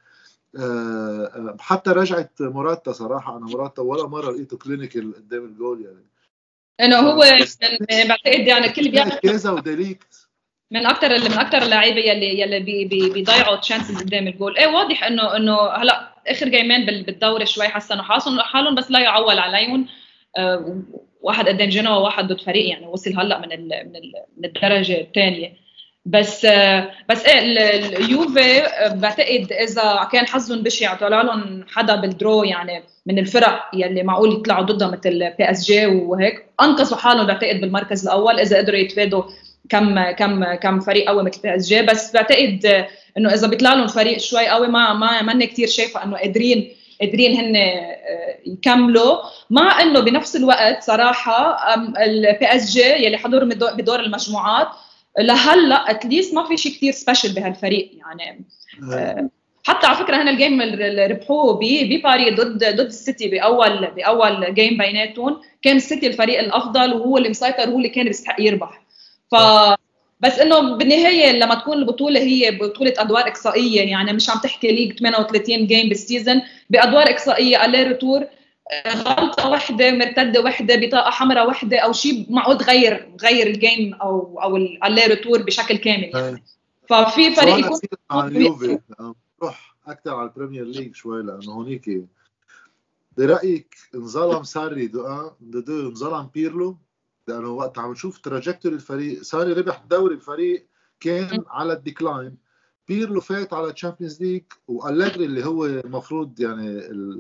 [SPEAKER 1] أه حتى رجعت موراتا، صراحه انا موراتا ولا مره لقيته كلينيكال قدام الجول، يعني
[SPEAKER 2] انه هو بعتقد يعني الكل بيعرف
[SPEAKER 1] كيزا وديليكت
[SPEAKER 2] من اكثر اللي من اكثر اللعيبه يلي يلي بي بي بيضيعوا تشانسز قدام الجول. ايه واضح انه انه هلا اخر جيمين بالدوري شوي حسنوا حالهم، بس لا يعول عليهم. أه واحد قدام جنوا وواحد ضد فريق يعني وصل هلا من ال من, ال من الدرجه الثانيه. بس بس ايه اليوفي بعتقد اذا كان حظهم بشع طلع لهم حدا بالدرو يعني من الفرق يلي معقول يطلعوا ضدها مثل بي اس جي وهيك، انقذوا حالهم بعتقد بالمركز الاول اذا قدروا يتفادوا كم كم كم فريق قوي مثل بي اس جي. بس بعتقد انه اذا بيطلع لهم فريق شوي قوي ما ما ماني كثير شايفه انه قادرين قادرين هن يكملوا، مع انه بنفس الوقت صراحه البي اس جي يلي حضروا بدور المجموعات لهلا اتليست ما في شيء كثير سبيشل بهالفريق يعني. حتى على فكره هنا الجيم اللي ربحوه بباري ضد ضد السيتي باول باول جيم بيناتهم، كان السيتي الفريق الافضل وهو اللي مسيطر وهو اللي كان بيستحق يربح. ف بس انه بالنهايه لما تكون البطوله هي بطوله ادوار اقصائيه، يعني مش عم تحكي ليج ثمانية وثلاثين جيم بالسيزون، بادوار اقصائيه الي روتور، غلطه واحده مرتده واحده بطاقه حمراء واحده او شيء معقول تغير غير الجيم او او الي روتور بشكل كامل يعني. ففي فريق يكون
[SPEAKER 1] عن اليوفي نروح اكثر على البريمير ليج شوي، لانه هونيك برايك انظلم ساري دو دو انظلم بيرلو؟ لانه وقت عم نشوف تراجكتوري الفريق، ساري ربح الدوري الفريق كان على الديكلاين، بيرلو فات على الشامبيونز ليج، واليجري اللي هو المفروض يعني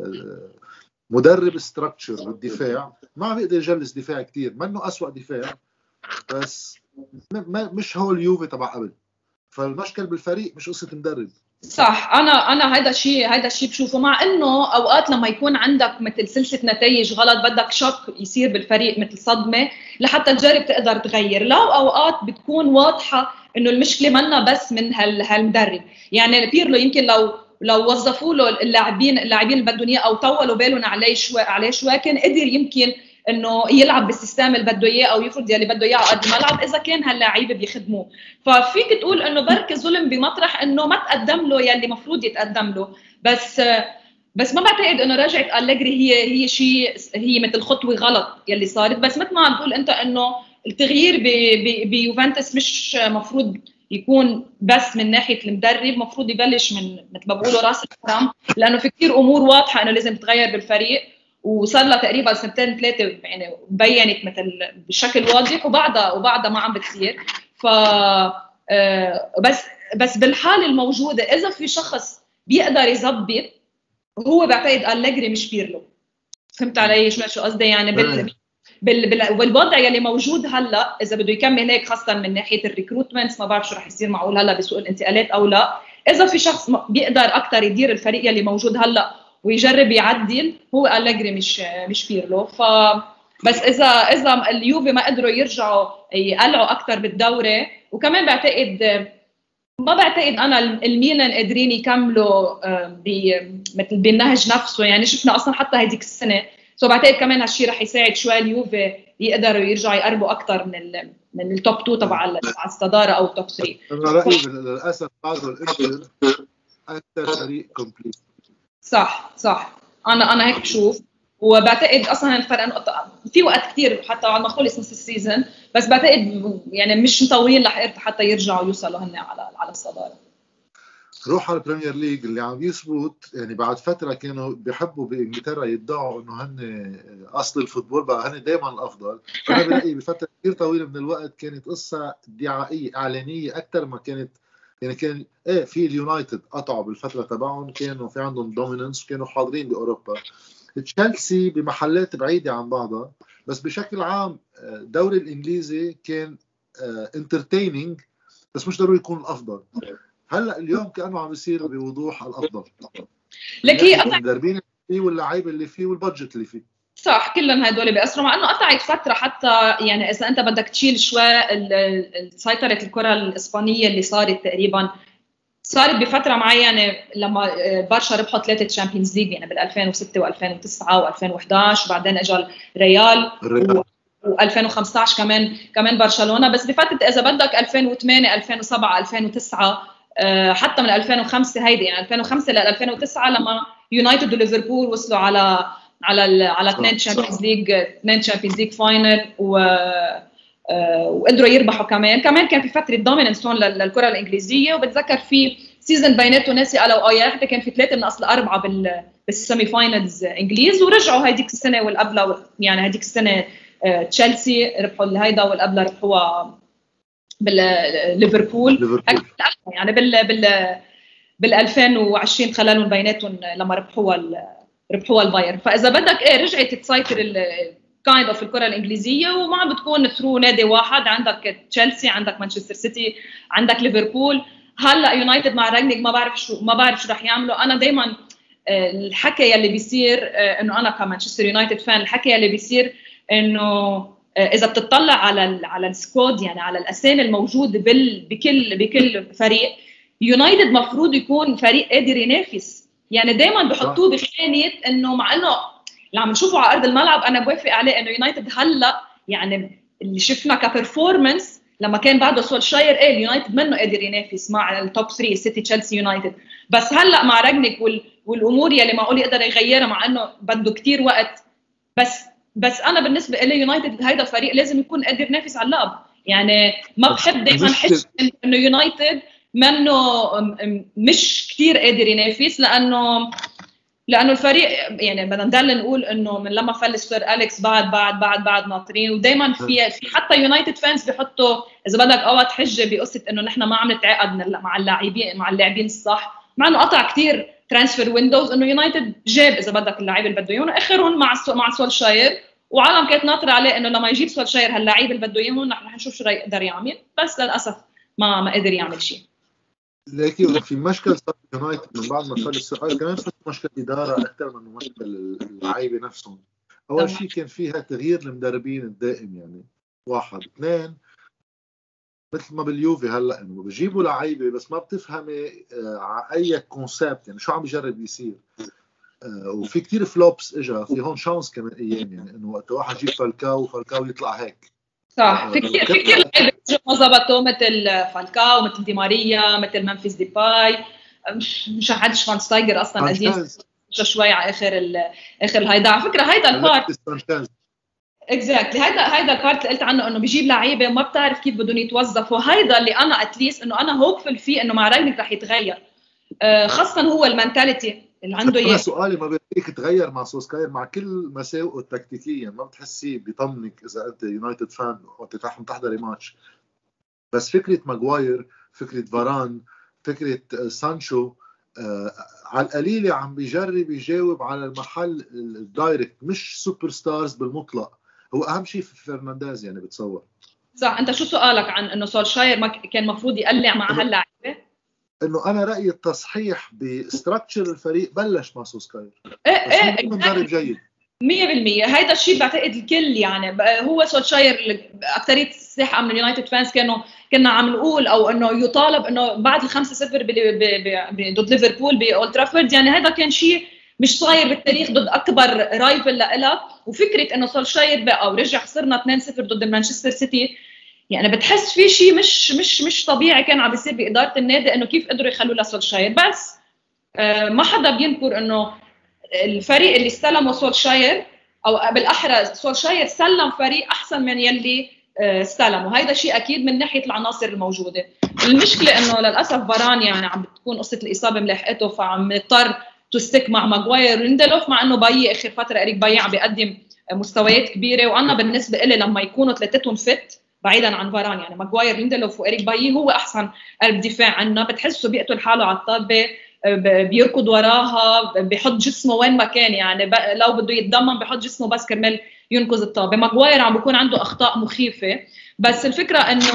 [SPEAKER 1] مدرب ستراكشر بالدفاع ما عم يقدر يجلس دفاع كتير، منه أسوأ دفاع بس مش هو اليوفي تبع قبل. فالمشكل بالفريق مش قصه مدرب.
[SPEAKER 2] صح، انا انا هذا الشيء هذا الشيء بشوفه، مع انه اوقات لما يكون عندك مثل سلسله نتائج غلط بدك شوك يصير بالفريق مثل صدمه لحتى تجرب تقدر تغير. لو اوقات بتكون واضحه انه المشكله منا بس من هالمدرب، يعني بيرلو يمكن لو لو وظفوا له اللاعبين اللاعبين اللي بدهم اياه او طولوا بالهم عليه شوي عليه شوي كان قدر يمكن انه يلعب بالسيستم اللي بده اياه او يفرض يلي بده اياه على قد الملعب اذا كان هاللاعيبه بيخدموه. ففيك تقول انه بركي ظلم بمطرح انه ما تقدم له يلي المفروض يتقدم له، بس بس ما بعتقد انه رجعه أليجري هي هي شيء هي مثل خطوه غلط يلي صارت. بس مثل ما عم تقول انت انه التغيير بيوفنتوس مش مفروض يكون بس من ناحيه المدرب، مفروض يبلش من مثل ما بقولوا راس الحرم، لانه في كثير امور واضحه انه لازم تتغير بالفريق وصار لها تقريبا سنتين ثلاثه يعني بينت مثل بشكل واضح وبعدها وبعدها ما عم بتصير. ف بس بس بالحاله الموجوده اذا في شخص بيقدر يظبط هو بعتقد أليجري مش بيرلو. فهمت علي شو شو قصدي يعني؟ بال بال بالوضع يلي موجود هلا اذا بده يكمل هيك خاصه من ناحيه الريكروتمنتس ما بعرف شو رح يصير معقول هلا بسوق الانتقالات او لا، اذا في شخص بيقدر اكثر يدير الفريق يلي موجود هلا ويجرب يعدل هو أليجري مش مش بيرلو. ف بس اذا اذا اليوفي ما قدروا يرجعوا يقلعوا اكثر بالدوري، وكمان بعتقد ما بعتقد انا الميلان قادرين يكملوا مثل بالنهج نفسه، يعني شفنا اصلا حتى هذيك السنه، سو بعتقد كمان هالشيء رح يساعد شوي اليوفي يقدروا يرجعوا يقربوا اكثر من ال من التوب اثنين تبع الصداره او التوب ثلاثة.
[SPEAKER 1] انا رايي للاسف بعده الانتر اكثر فريق كومبليت.
[SPEAKER 2] صح صح، انا انا هيك بشوف، وبعتقد اصلا الفرق في وقت كثير حتى بعد ما خلص نص السيزون، بس بعتقد يعني مش مطولين رح حتى يرجعوا يوصلوا هن على على الصداره.
[SPEAKER 1] روح على البريمير ليج اللي عم يثبت، يعني بعد فتره كانوا بيحبوا بانجلترا يدعوا انه هن اصل الفوتبول، بقى هن دائما الافضل. انا برايي بفتره كثير طويله من الوقت كانت قصه دعائيه اعلانيه اكثر ما كانت، يعني كان ايه في اليونايتد قطعوا بالفتره تبعهم كانوا في عندهم دوميننس وكانوا حاضرين باوروبا. تشيلسي بمحلات بعيده عن بعضها، بس بشكل عام الدوري الانجليزي كان انترتيننج بس مش ضروري يكون الافضل. هلا اليوم كانه عم يصير بوضوح الافضل،
[SPEAKER 2] لك هي
[SPEAKER 1] المدربين اللي فيه واللاعيبه اللي فيه والبادجت اللي فيه.
[SPEAKER 2] صح، كلهم هدول بيأثروا، مع انه قطعت فتره حتى يعني اذا انت بدك تشيل شوي سيطره الكره الاسبانيه اللي صارت تقريبا صارت بفتره معينه لما برشا ربحوا ثلاثه تشامبيونز ليج يعني بال ألفين وستة وألفين وتسعة وألفين وإحدى عشر، وبعدين اجى الريال وألفين وخمسطعش كمان كمان برشلونه. بس بفتره اذا بدك ألفين وثمانية ألفين وسبعة ألفين وتسعة حتى من ألفين وخمسة هيدي يعني ألفين وخمسة ل ألفين وتسعة لما يونايتد وليفربول وصلوا على على على اثنين تشامبيونز ليج اثنين تشامبيونز ليج فاينل و وقدروا يربحوا كمان كمان كان في فتره دوميننس هون للكره الانجليزيه. وبتذكر في سيزون بيناته ناسي قالوا اه يا كان في ثلاثه من اصل اربعه بال بالسيمي فاينلز انجليز، ورجعوا هذيك السنه والقبلها يعني هذيك السنه تشيلسي ربحوا الهيدا والقبلها ربحوها بالليفربول يعني بال بال بال ألفين وعشرين خلالهم بيناتهم لما ربحوها ربحوها البايرن. فاذا بدك ايه رجعت تسيطر كايند اوف الكره الانجليزيه، وما عم بتكون ثرو نادي واحد، عندك تشيلسي عندك مانشستر سيتي عندك ليفربول، هلا يونايتد مع راجنيك ما بعرف شو ما بعرف شو رح يعملوا. انا دائما الحكي يلي بيصير انه انا كمانشستر يونايتد فان، الحكي يلي بيصير انه اذا بتطلع على على السكواد يعني على الاسامي الموجوده بكل بكل فريق، يونايتد مفروض يكون فريق قادر ينافس. يعني دائما بحطوه بخانه انه مع انه اللي عم نشوفه على ارض الملعب انا بوافق عليه انه يونايتد هلا يعني اللي شفنا كبرفورمانس لما كان بعده سولشاير ايه اليونايتد منه قادر ينافس مع التوب ثلاثة سيتي تشيلسي يونايتد. بس هلا مع راجنيك والامور يلي معقول يقدر يغيرها مع انه بده كتير وقت، بس بس انا بالنسبه لي يونايتد هيدا فريق لازم يكون قادر ينافس على اللقب. يعني ما بحب دائما احس انه يونايتد منه مش كتير قادر ينافس، لانه لانه الفريق يعني بدنا نضل نقول انه من لما فلس سير أليكس بعد بعد بعد بعد ناطرين، ودائما في في حتى يونايتد فانز بيحطوا اذا بدك اوقات حجه بقصه انه نحن ما عم نتعاقد مع اللاعبين مع اللاعبين الصح، مع انه قطع كثير ترانسفير ويندوز، انه يونايتد جاب اذا بدك اللعيبه اللي بده اياهم، اخرهم مع مع سولشاير، وعالم كانت ناطره عليه انه لما يجيب سولشاير هاللاعيبه اللي بده اياهم نحن رح نشوف شو يقدر يعمل، بس للاسف ما ما قدر يعمل شيء.
[SPEAKER 1] لكن في مشكل صار يونايتد من بعد ما فلس السؤال كمان في مشكل اداره اكثر من مشكل اللعيبه نفسهم. اول شيء كان فيها تغيير المدربين الدائم، يعني واحد اثنين مثل ما باليوفي هلا انه بجيبوا لعيبه بس ما بتفهمي على اي كونسبت، يعني شو عم بيجرب يصير. وفي كتير فلوبس اجى في هون شانس كمان ايام، يعني انه وقت واحد يجيب فالكاو فالكاو يطلع هيك
[SPEAKER 2] صح. في كثير في كثير لعيبه ما زبطوا مثل فالكاو مثل دي ماريا مثل ممفيس ديباي، مش مش حد شفاينشتايجر اصلا قديم شوي على اخر اخر هيدا. على فكره هيدا البارت اكزاكتلي هيدا هيدا البارت اللي قلت عنه انه بيجيب لعيبه ما بتعرف كيف بدهم يتوظفوا. هيدا اللي انا اتليست انه انا هوبفل فيه انه مع راجنيك رح يتغير، خاصه هو المنتاليتي اللي عنده اياه.
[SPEAKER 1] انا سؤالي ما بدك تغير مع سولشاير مع كل مساوئه التكتيكيه، ما بتحسي بيطمنك اذا انت يونايتد فان وقت عم تحضري ماتش، بس فكره ماغواير فكره فاران فكره سانشو آه على القليله عم بيجرب يجاوب على المحل الدايركت، مش سوبر ستارز بالمطلق. هو اهم شيء في فرنانديز يعني بتصور.
[SPEAKER 2] صح. انت شو سؤالك عن انه سولشاير ما كان مفروض يقلع مع هاللاعيبه؟
[SPEAKER 1] انه انا رايي التصحيح بستراكشر الفريق بلش مع سولشاير.
[SPEAKER 2] ايه ايه
[SPEAKER 1] مدرب جيد
[SPEAKER 2] مية بالمية. هيدا الشيء بعتقد الكل يعني هو سولشاير اكثريه الساحه من اليونايتد فانز كانوا كنا عم نقول او انه يطالب انه بعد الخمسة صفر ضد ليفربول باولد ترافورد، يعني هذا كان شيء مش صاير بالتاريخ ضد اكبر رايفل لإلك. وفكره انه سولشاير بقى ورجع خسرنا اثنين صفر ضد مانشستر سيتي، يعني بتحس في شيء مش مش مش طبيعي كان عم بيصير باداره النادي انه كيف قدروا يخلوا لسولشاير. بس آه ما حدا بينكر انه الفريق اللي استلمه سولشاير او بالاحرى سولشاير سلم فريق احسن من يلي استلمه. هيدا شيء اكيد من ناحيه العناصر الموجوده. المشكله انه للاسف فاران يعني عم بتكون قصه الاصابه ملاحقته، فعم يضطر تستك مع ماغواير وليندلوف، مع انه باي اخر فتره اريك باي عم بيقدم مستويات كبيره. وانا بالنسبه لي لما يكونوا ثلاثتهم فت بعيدا عن فاران، يعني ماغواير ليندلوف واريك باي هو احسن قلب دفاع عنا. بتحسه بيقتل حاله على الطابه، بيركض وراها، بيحط جسمه وين ما كان، يعني لو بده يتضمن بيحط جسمه بس كرمال ينقذ الطابه. ماغواير عم بيكون عنده اخطاء مخيفه، بس الفكره انه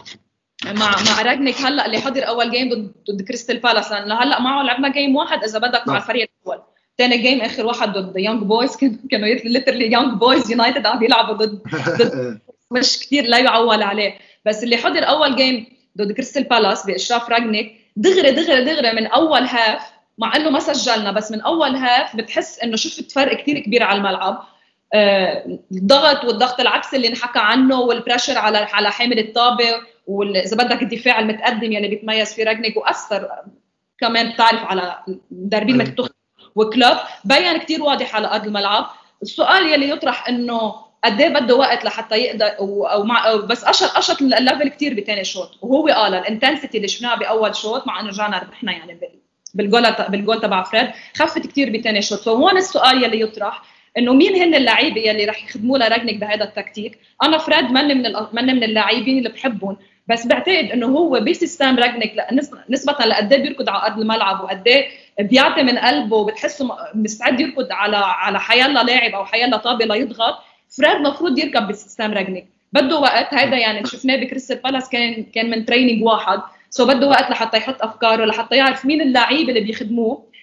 [SPEAKER 2] مع مع راجنيك هلا اللي حضر اول جيم ضد ضد كريستال بالاس، لانه هلا معه لعبنا جيم واحد اذا بدك مع الفريق الاول، ثاني جيم اخر واحد ضد يونغ بويز، كانوا ليترلي يونغ بويز يونايتد عم يلعبوا ضد ضد مش كثير لا يعول عليه. بس اللي حضر اول جيم ضد كريستال بالاس باشراف راجنيك دغري دغري دغري من اول هاف، مع انه ما سجلنا بس من اول هاف بتحس انه شفت فرق كتير كبير على الملعب. آه الضغط والضغط العكسي اللي نحكى عنه والبريشر على على حامل الطابه، واذا بدك الدفاع المتقدم يلي بيتميز فيه راجنيك، واثر كمان بتعرف على مدربين مثل توخيل وكلوب، بين كتير واضح على ارض الملعب. السؤال يلي يطرح انه قد ايه بده وقت لحتى يقدر او مع أو بس اشط اشط الليفل كتير بثاني شوط، وهو قال الانتنسيتي اللي شفناها باول شوط مع انه رجعنا ربحنا يعني بالجول بالجول تبع فريد خفت كتير بثاني شوط. فهون السؤال يلي يطرح انه مين هن اللعيبه يلي رح يخدموا لراجنيك بهذا التكتيك. انا فريد من من من من اللاعبين اللي بحبهم، بس بعتقد انه هو بسيستم راجنيك نسبه لقد ايه بيركض على ارض الملعب وقد ايه بيعطي من قلبه وبتحسه مستعد يركض على على حيالله لاعب او حيالله طابه ليضغط. فريد مفروض يركب بسيستم راجنيك، بده وقت. هيدا يعني شفناه بكريستال بالاس كان كان من تريننج واحد، سو بده وقت لحتى يحط افكاره، لحتى يعرف مين اللاعب اللي بيخدموه.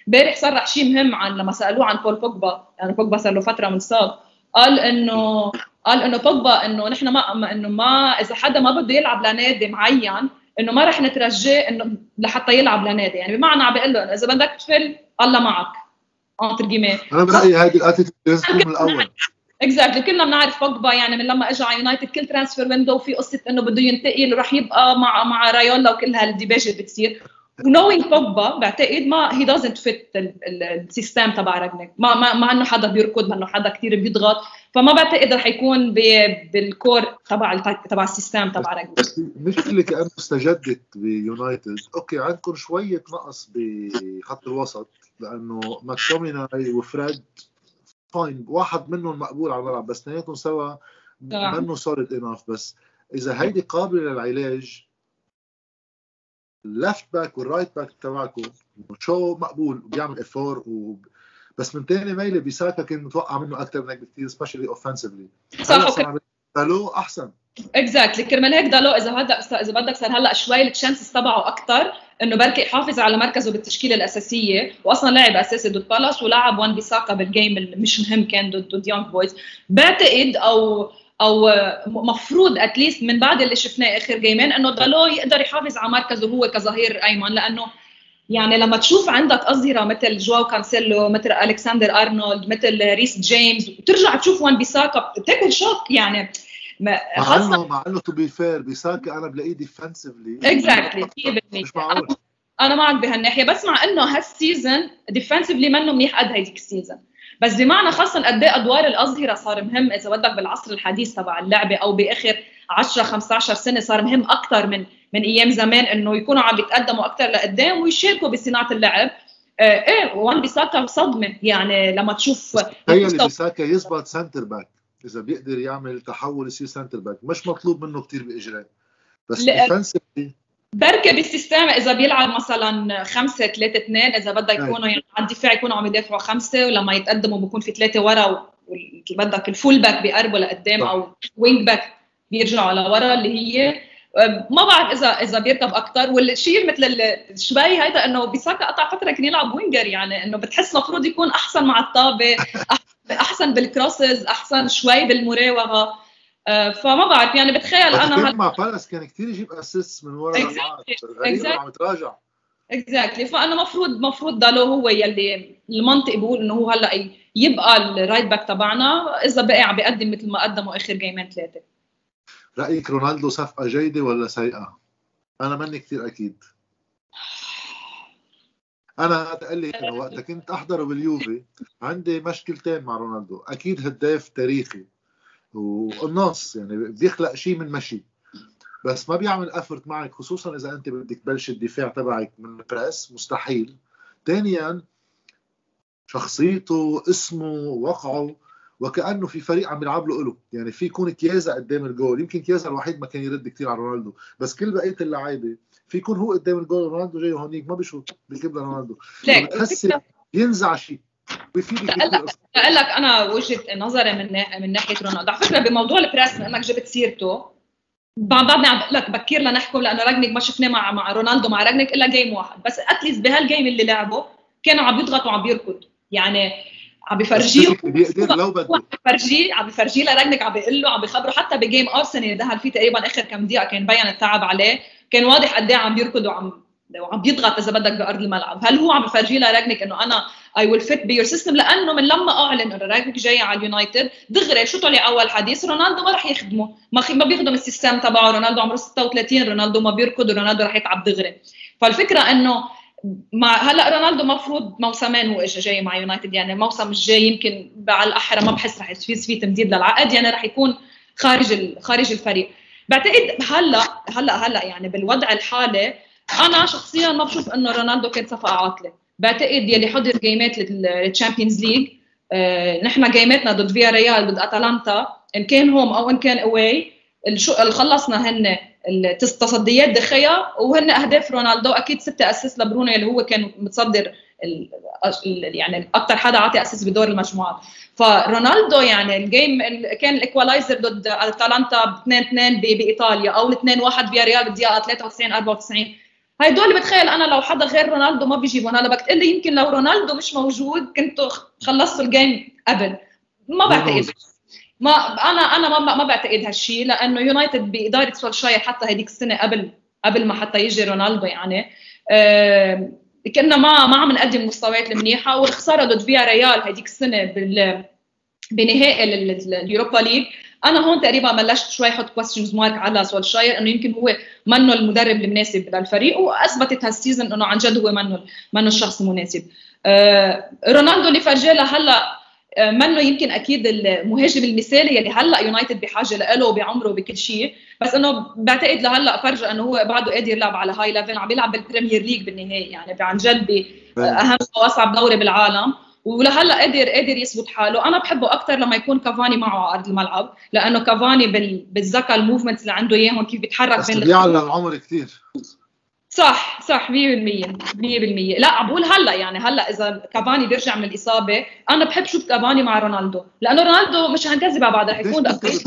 [SPEAKER 2] امبارح صرح شيء مهم عن لما سالوه عن بول بوجبا، يعني بوجبا صار له فتره مصاب، قال انه قال انه بوجبا انه نحن ما انه ما اذا حدا ما بده يلعب لنادي معين انه ما رح نترجاه انه لحتى يلعب لنادي، يعني بمعنى عم بيقول له اذا بدك تفل الله معك انتر جيمي.
[SPEAKER 1] انا برايي هذه الاتيتيود لازم تكون من الاول.
[SPEAKER 2] اكزاكتلي كلنا بنعرف بوجبا يعني من لما اجى على يونايتد كل ترانسفير ويندو في قصه انه بده ينتقل وراح يبقى مع مع رايولا وكل هالديباجه اللي بتصير. ونوينج بوجبا بعتقد ما هي دازنت فيت السيستم تبع راجنيك، ما ما ما انه حدا بيركض، ما انه حدا كثير بيضغط، فما بعتقد رح يكون بالكور تبع تبع السيستم تبع راجنيك.
[SPEAKER 1] مش اللي كانه استجدت بيونايتد، اوكي عندكم شويه نقص بخط الوسط لانه ماكتوميناي وفريد فاين، واحد منهم مقبول على الملعب بس اثنيناتهم سوا منه سوليد انف. بس اذا هيدي قابله للعلاج، اللفت باك والرايت باك تبعكم شو مقبول وبيعمل افور و... بس من تاني ميله بيساكا كان متوقع منه اكثر من هيك بكثير سبيشلي اوفنسيفلي.
[SPEAKER 2] صح
[SPEAKER 1] دالو احسن
[SPEAKER 2] اكزاكتلي كرمال هيك دالو اذا هذا اذا بدك صار هلا شوي التشانسز تبعه اكثر انه بركي يحافظ على مركزه بالتشكيله الاساسيه، واصلا لاعب اساسي ضد بالاس ولعب وان بيساكا بالجيم اللي مش مهم كان ضد ضد يونغ بويز. بعتقد او او مفروض اتليست من بعد اللي شفناه اخر جيمين انه دالو يقدر يحافظ على مركزه هو كظهير ايمن، لانه يعني لما تشوف عندك أظهرة مثل جواو كانسيلو، مثل ألكسندر أرنولد، مثل ريس جيمس، وترجع تشوف وان بيساكا بتاكل شوك يعني.
[SPEAKER 1] مع انه مع انه تو بي فير بيساكا انا بلاقيه ديفنسively
[SPEAKER 2] اكزاكتلي مش معقول. انا معك بهالناحيه، بس مع انه هالسيزون ديفنسively منه منيح قد هيديك السيزون، بس بمعنى خاصه قد ايه ادوار الاظهره صار مهم اذا بدك بالعصر الحديث تبع اللعبه او باخر عشرة خمسة عشر سنه صار مهم اكثر من من ايام زمان انه يكونوا عم يتقدموا اكثر لقدام ويشاركوا بصناعه اللعب. آه ايه وان بيساكا صدمه يعني لما تشوف
[SPEAKER 1] تخيل بيساكا يزبط سنتر باك، اذا بيقدر يعمل تحول يصير سنتر باك مش مطلوب منه كتير باجراء، بس ديفنسيفلي
[SPEAKER 2] بركه بالسيستم اذا بيلعب مثلا خمسة ثلاثة اثنين اذا بدك يكونوا يعني على الدفاع يكونوا عم يدافعوا خمسه ولما يتقدموا بيكون في ثلاثه ورا وبدك الفول باك بيقربوا لقدام او وينج باك بيرجعوا لورا اللي هي ما بعرف اذا اذا بيركب اكثر. والشيء مثل شوي هيدا انه بيساكا قطع فتره كان يلعب وينجر، يعني انه بتحس مفروض يكون احسن مع الطابه، احسن بالكروسز، احسن شوي بالمراوغه. فما بعرف يعني بتخيل انا
[SPEAKER 1] هل... مع بالاس كان كثير يجيب اسيست من ورا الملعب غريب عم يتراجع
[SPEAKER 2] اكزاكتلي. فانا مفروض مفروض دالو هو يلي المنطق بيقول انه هو هلا يبقى الرايت باك تبعنا اذا بقى عم بيقدم مثل ما قدموا اخر جيمين ثلاثه.
[SPEAKER 1] رايك رونالدو صفقه جيده ولا سيئه؟ انا ماني كثير اكيد. انا تقول لي انه وقت كنت احضره باليوفي عندي مشكلتين مع رونالدو، اكيد هداف تاريخي والنص يعني بيخلق شيء من مشي، بس ما بيعمل افورت معك خصوصا اذا انت بدك تبلش الدفاع تبعك من البريس مستحيل. ثانيا شخصيته اسمه وقعه وكانه في فريق عم يلعب له له، يعني في يكون كيازا قدام الجول، يمكن كيازا الوحيد ما كان يرد كثير على رونالدو، بس كل بقيه اللعيبه في يكون هو قدام الجول رونالدو جاي هونيك ما بيشوط بالكبله رونالدو، بتحس ينزع شيء بيفيدك.
[SPEAKER 2] اقول لك انا وجهه نظري من من ناحيه رونالدو على فكره بموضوع البريس انك جبت سيرته بعدني عم بقول لك بكير لنحكم لانه راجنيك ما شفناه مع مع رونالدو مع راجنيك الا جيم واحد بس، اتليست بهالجيم اللي لعبه كانوا عم يضغط وعم بيركض، يعني عم بفرجيه
[SPEAKER 1] بيقدر لو بده
[SPEAKER 2] عم بفرجيه عم بفرجيه لراجنيك عم بيقول له عم بخبره حتى بجيم ارسنال دخل فيه تقريبا اخر كم دقيقه كان بين التعب عليه، كان واضح قد ايه عم بيركض وعم وعم بيضغط اذا بدك بارض الملعب. هل هو عم بفرجيه لراجنيك انه انا اي ويل فيت بيور سيستم؟ لانه من لما اعلن انه راجنيك جاي على اليونايتد دغري شو طلع اول حديث رونالدو ما راح يخدمه، ما ما بيخدم السيستم تبعه، رونالدو عمره ستة وثلاثين، رونالدو ما بيركض، رونالدو راح يتعب دغري. فالفكره انه مع هلا رونالدو مفروض موسمين هو اجى جاي مع يونايتد، يعني الموسم الجاي يمكن على الاحرى ما بحس راح يصير في تمديد للعقد، يعني راح يكون خارج خارج الفريق. بعتقد هلا هلا هلا يعني بالوضع الحالي انا شخصيا ما بشوف انه رونالدو كان صفقه عاطله. بعتقد يلي حضر جيمات للتشامبيونز ليج، آه نحن جيماتنا ضد فيا ريال ضد اتلانتا ان كان هوم او ان كان اواي اللي خلصنا هن التصديات دخيا وهن اهداف رونالدو، اكيد ستة اسيست لبرونو اللي هو كان متصدر ال يعني اكثر حدا عاطي اسيست بدور المجموعات. فرونالدو يعني الجيم كان الايكوالايزر ضد اتلانتا اثنين اثنين بايطاليا او اثنين واحد فيا ريال بالدقيقه ثلاثة وتسعين أربعة وتسعين، هدول بتخيل انا لو حدا غير رونالدو ما بيجيبهم. هلا بدك تقول لي يمكن لو رونالدو مش موجود كنتوا خلصتوا الجيم قبل. ما بعتقد. ما انا انا ما ما بعتقد هالشيء، لانه يونايتد باداره سولشاير حتى هذيك السنه قبل قبل ما حتى يجي رونالدو يعني أه كنا ما ما عم نقدم مستويات المنيحه، والخساره ضد فيا ريال هذيك السنه بال بنهائي اليوروبا ليج. انا هون تقريبا بلشت شوي احط كويستشنز مارك على سولشاير انه يمكن هو منه المدرب المناسب للفريق، واثبتت هالسيزون انه عن جد هو منه منه الشخص المناسب. أه رونالدو اللي فرجاه لهلا منه يمكن اكيد المهاجم المثالي اللي هلا يونايتد بحاجه له بعمره بكل شيء، بس انه بعتقد لهلا فرجه انه هو بعده قادر يلعب على هاي ليفل، عم بيلعب بالبريمير ليج بالنهايه يعني عن جد باهم واصعب دوري بالعالم، ولهلا قادر قادر يثبت حاله. انا بحبه اكثر لما يكون كافاني معه على ارض الملعب، لانه كافاني بالذكاء الموفمنتس اللي عنده اياهم كيف بيتحرك
[SPEAKER 1] بين بيعلى العمر كثير.
[SPEAKER 2] صح صح مية بالمية مية بالمية. لا بقول هلا يعني هلا اذا كافاني بيرجع من الاصابه انا بحب شوف كافاني مع رونالدو، لانه رونالدو مش هنكذب على بعض رح يكون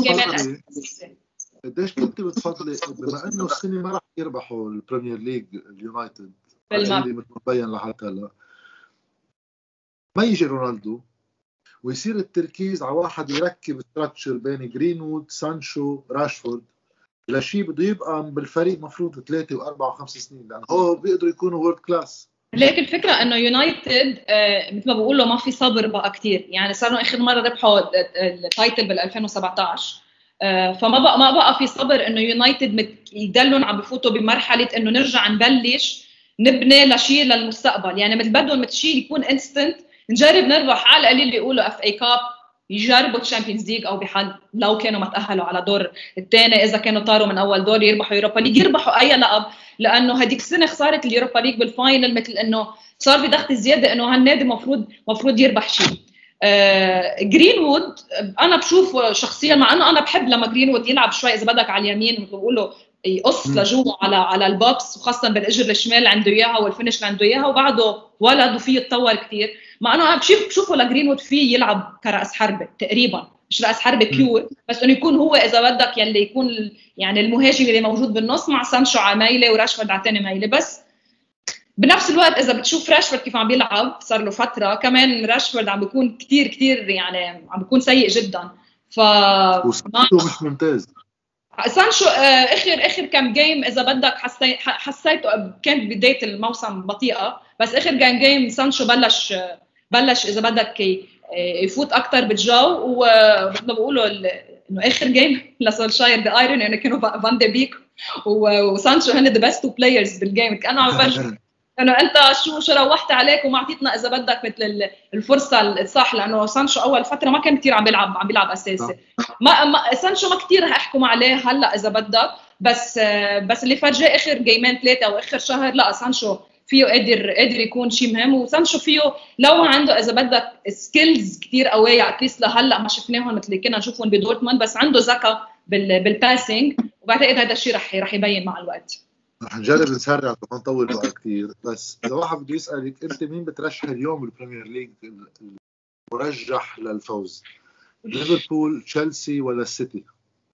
[SPEAKER 1] قديش كنت بتفضلي بما انه السنه ما راح يربحوا البريمير ليج اليونايتد مثل مبين لحتى هلا، ما يجي رونالدو ويصير التركيز على واحد يركب ستراكشر بين جرينوود سانشو راشفورد لشيء بده يبقى بالفريق مفروض ثلاثة وأربعة وخمس سنين، لأنه هو بيقدروا يكونوا وورد كلاس.
[SPEAKER 2] لكن الفكرة إنه يونايتد آه مثل ما بقوله ما في صبر بقى كتير، يعني صاروا آخر مرة ربحوا التايتل بال ألفين وسبعة عشر آه فما بقى ما بقى في صبر إنه يونايتد يدلون عم بفوتوا بمرحلة إنه نرجع نبلش نبني لشيء للمستقبل، يعني مثل بدهم مثل شيء يكون انستنت، نجرب نربح على القليل بيقولوا اف اي كاب، يجربوا تشامبيونز ليج او بحال لو كانوا ما تاهلوا على دور الثاني، اذا كانوا طاروا من اول دور يربحوا يوروبا ليج، يربحوا اي لقب، لانه هديك السنه خساره اليوروبا ليج بالفاينل مثل انه صار بضغط زياده انه هالنادي مفروض مفروض يربح شيء. آه جرينوود انا بشوفه شخصيا، مع انه انا بحب لما جرينوود يلعب شوي اذا بدك على اليمين مثل بقولوا يقص لجوا على على البوكس، وخاصه بالاجر الشمال عنده اياها والفينش اللي عنده اياها، وبعده ولد وفيه يتطور كثير. مع انه انا بشوف بشوفه لجرينوود فيه يلعب كراس حربه تقريبا، مش راس حربه بيور، بس انه يكون هو اذا بدك يلي يكون يعني المهاجم اللي موجود بالنص مع سانشو على ميله وراشفورد على ثاني ميله. بس بنفس الوقت اذا بتشوف راشفورد كيف عم بيلعب صار له فتره كمان، راشفورد عم بيكون كثير كثير يعني عم بيكون سيء جدا. ف
[SPEAKER 1] مش ممتاز.
[SPEAKER 2] سانشو اخر اخر كم جيم اذا بدك حسيت حسيته كانت بدايه الموسم بطيئه، بس اخر كم جيم سانشو بلش بلش اذا بدك يفوت اكثر بالجو، ومثل ما بقولوا انه اخر جيم لسولشاير ذا ايرون انه كانوا فان دي بيك وسانشو هن ذا بيست تو بلايرز بالجيم، كانوا عم بفرجوا انه انت شو شو روحت عليك وما اعطيتنا اذا بدك مثل الفرصه الصح، لانه سانشو اول فتره ما كان كثير عم بيلعب عم بيلعب اساسي. ما, ما سانشو ما كثير رح احكم عليه هلا اذا بدك، بس بس اللي فرجاه اخر جيمين ثلاثه او اخر شهر لا سانشو فيه قادر قادر يكون شيء مهم، وسانشو فيه لو عنده اذا بدك سكيلز كثير قويه اتليست لهلا ما شفناهم مثل اللي كنا نشوفهم بدورتموند، بس عنده ذكاء بالباسنج، وبعتقد هذا الشيء رح رح يبين مع الوقت.
[SPEAKER 1] رح نجرب نسرع ما نطول بقى كثير، بس اذا واحد بده يسالك انت مين بترشح اليوم بالبريمير ليج المرجح للفوز؟ ليفربول، تشيلسي ولا السيتي؟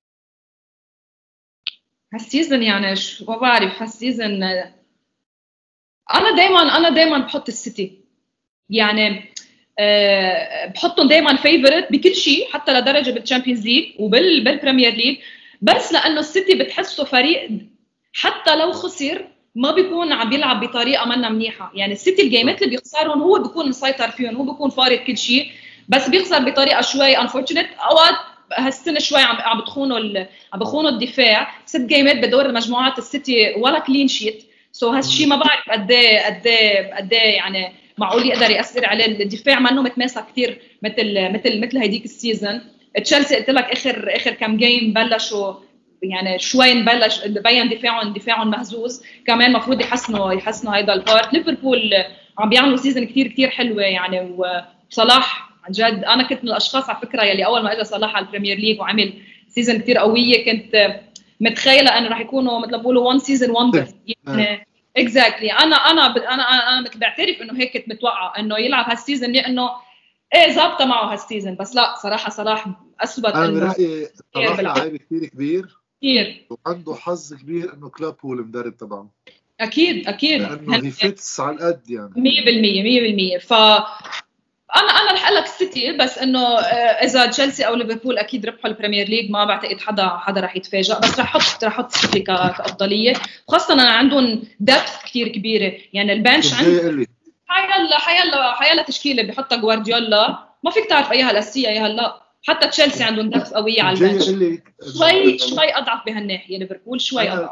[SPEAKER 2] هالسيزون يعني شو ما بعرف، هالسيزون انا دائما انا دائما بحط السيتي، يعني أه بحطهم دائما فيفورت بكل شيء حتى لدرجه بالتشامبيونز ليج وبالبريمير ليج، بس لانه السيتي بتحسه فريق حتى لو خسر ما بيكون عم بيلعب بطريقه منا منيحه، يعني السيتي الجيمات اللي بيخسرهم هو بيكون مسيطر فيهم، هو بيكون فارق كل شيء، بس بيخسر بطريقه شوي انفورتونيت. اوقات هالسنه شوي عم عم بتخونوا عم بخونوا الدفاع، ست جيمات بدور المجموعات السيتي ولا كلين شيت، سو هالشيء ما بعرف قد ايه قد ايه قد ايه يعني معقول يقدر ياثر عليه. الدفاع منه متماسك كثير مثل مثل مثل هديك السيزون. تشيلسي قلت لك اخر اخر كم جيم بلشوا يعني شوي نبلش بين دفاعهم دفاعهم مهزوز، كمان مفروض يحسنوا يحسنوا هيدا البارت. ليفربول عم بيعملوا سيزون كثير كثير حلوه يعني، وصلاح عن جد انا كنت من الاشخاص على فكره يلي اول ما اجى صلاح على البريمير ليج وعمل سيزون كثير قويه كنت متخيله انه راح يكونوا مثل ما بقولوا وان سيزون وندر يعني اكزاكتلي. انا انا انا انا بعترف انه هيك كنت متوقعه انه يلعب هالسيزون، لانه ايه ظابطه معه هالسيزون، بس لا صراحه صلاح اثبت
[SPEAKER 1] انا برايي صلاح لاعب كثير كبير
[SPEAKER 2] كثير
[SPEAKER 1] وعنده حظ كبير انه كلوب هو المدرب تبعه.
[SPEAKER 2] اكيد اكيد
[SPEAKER 1] لانه هي فيتس على القد يعني
[SPEAKER 2] مية بالمية مية بالمية. ف انا انا رح اقول لك السيتي، بس انه اذا تشيلسي او ليفربول اكيد ربحوا البريمير ليج ما بعتقد حدا حدا رح يتفاجئ، بس رح احط رح احط السيتي كافضليه، خاصه أنا عندهم دبث كثير كبيره، يعني البنش عندهم حيلا حيلا حيلا تشكيله بيحطها جوارديولا ما فيك تعرف ايها الاساسيه ايها لا. حتى تشيلسي عندهم دبث قويه على البنش، شوي شوي اضعف بهالناحيه، ليفربول شوي اضعف.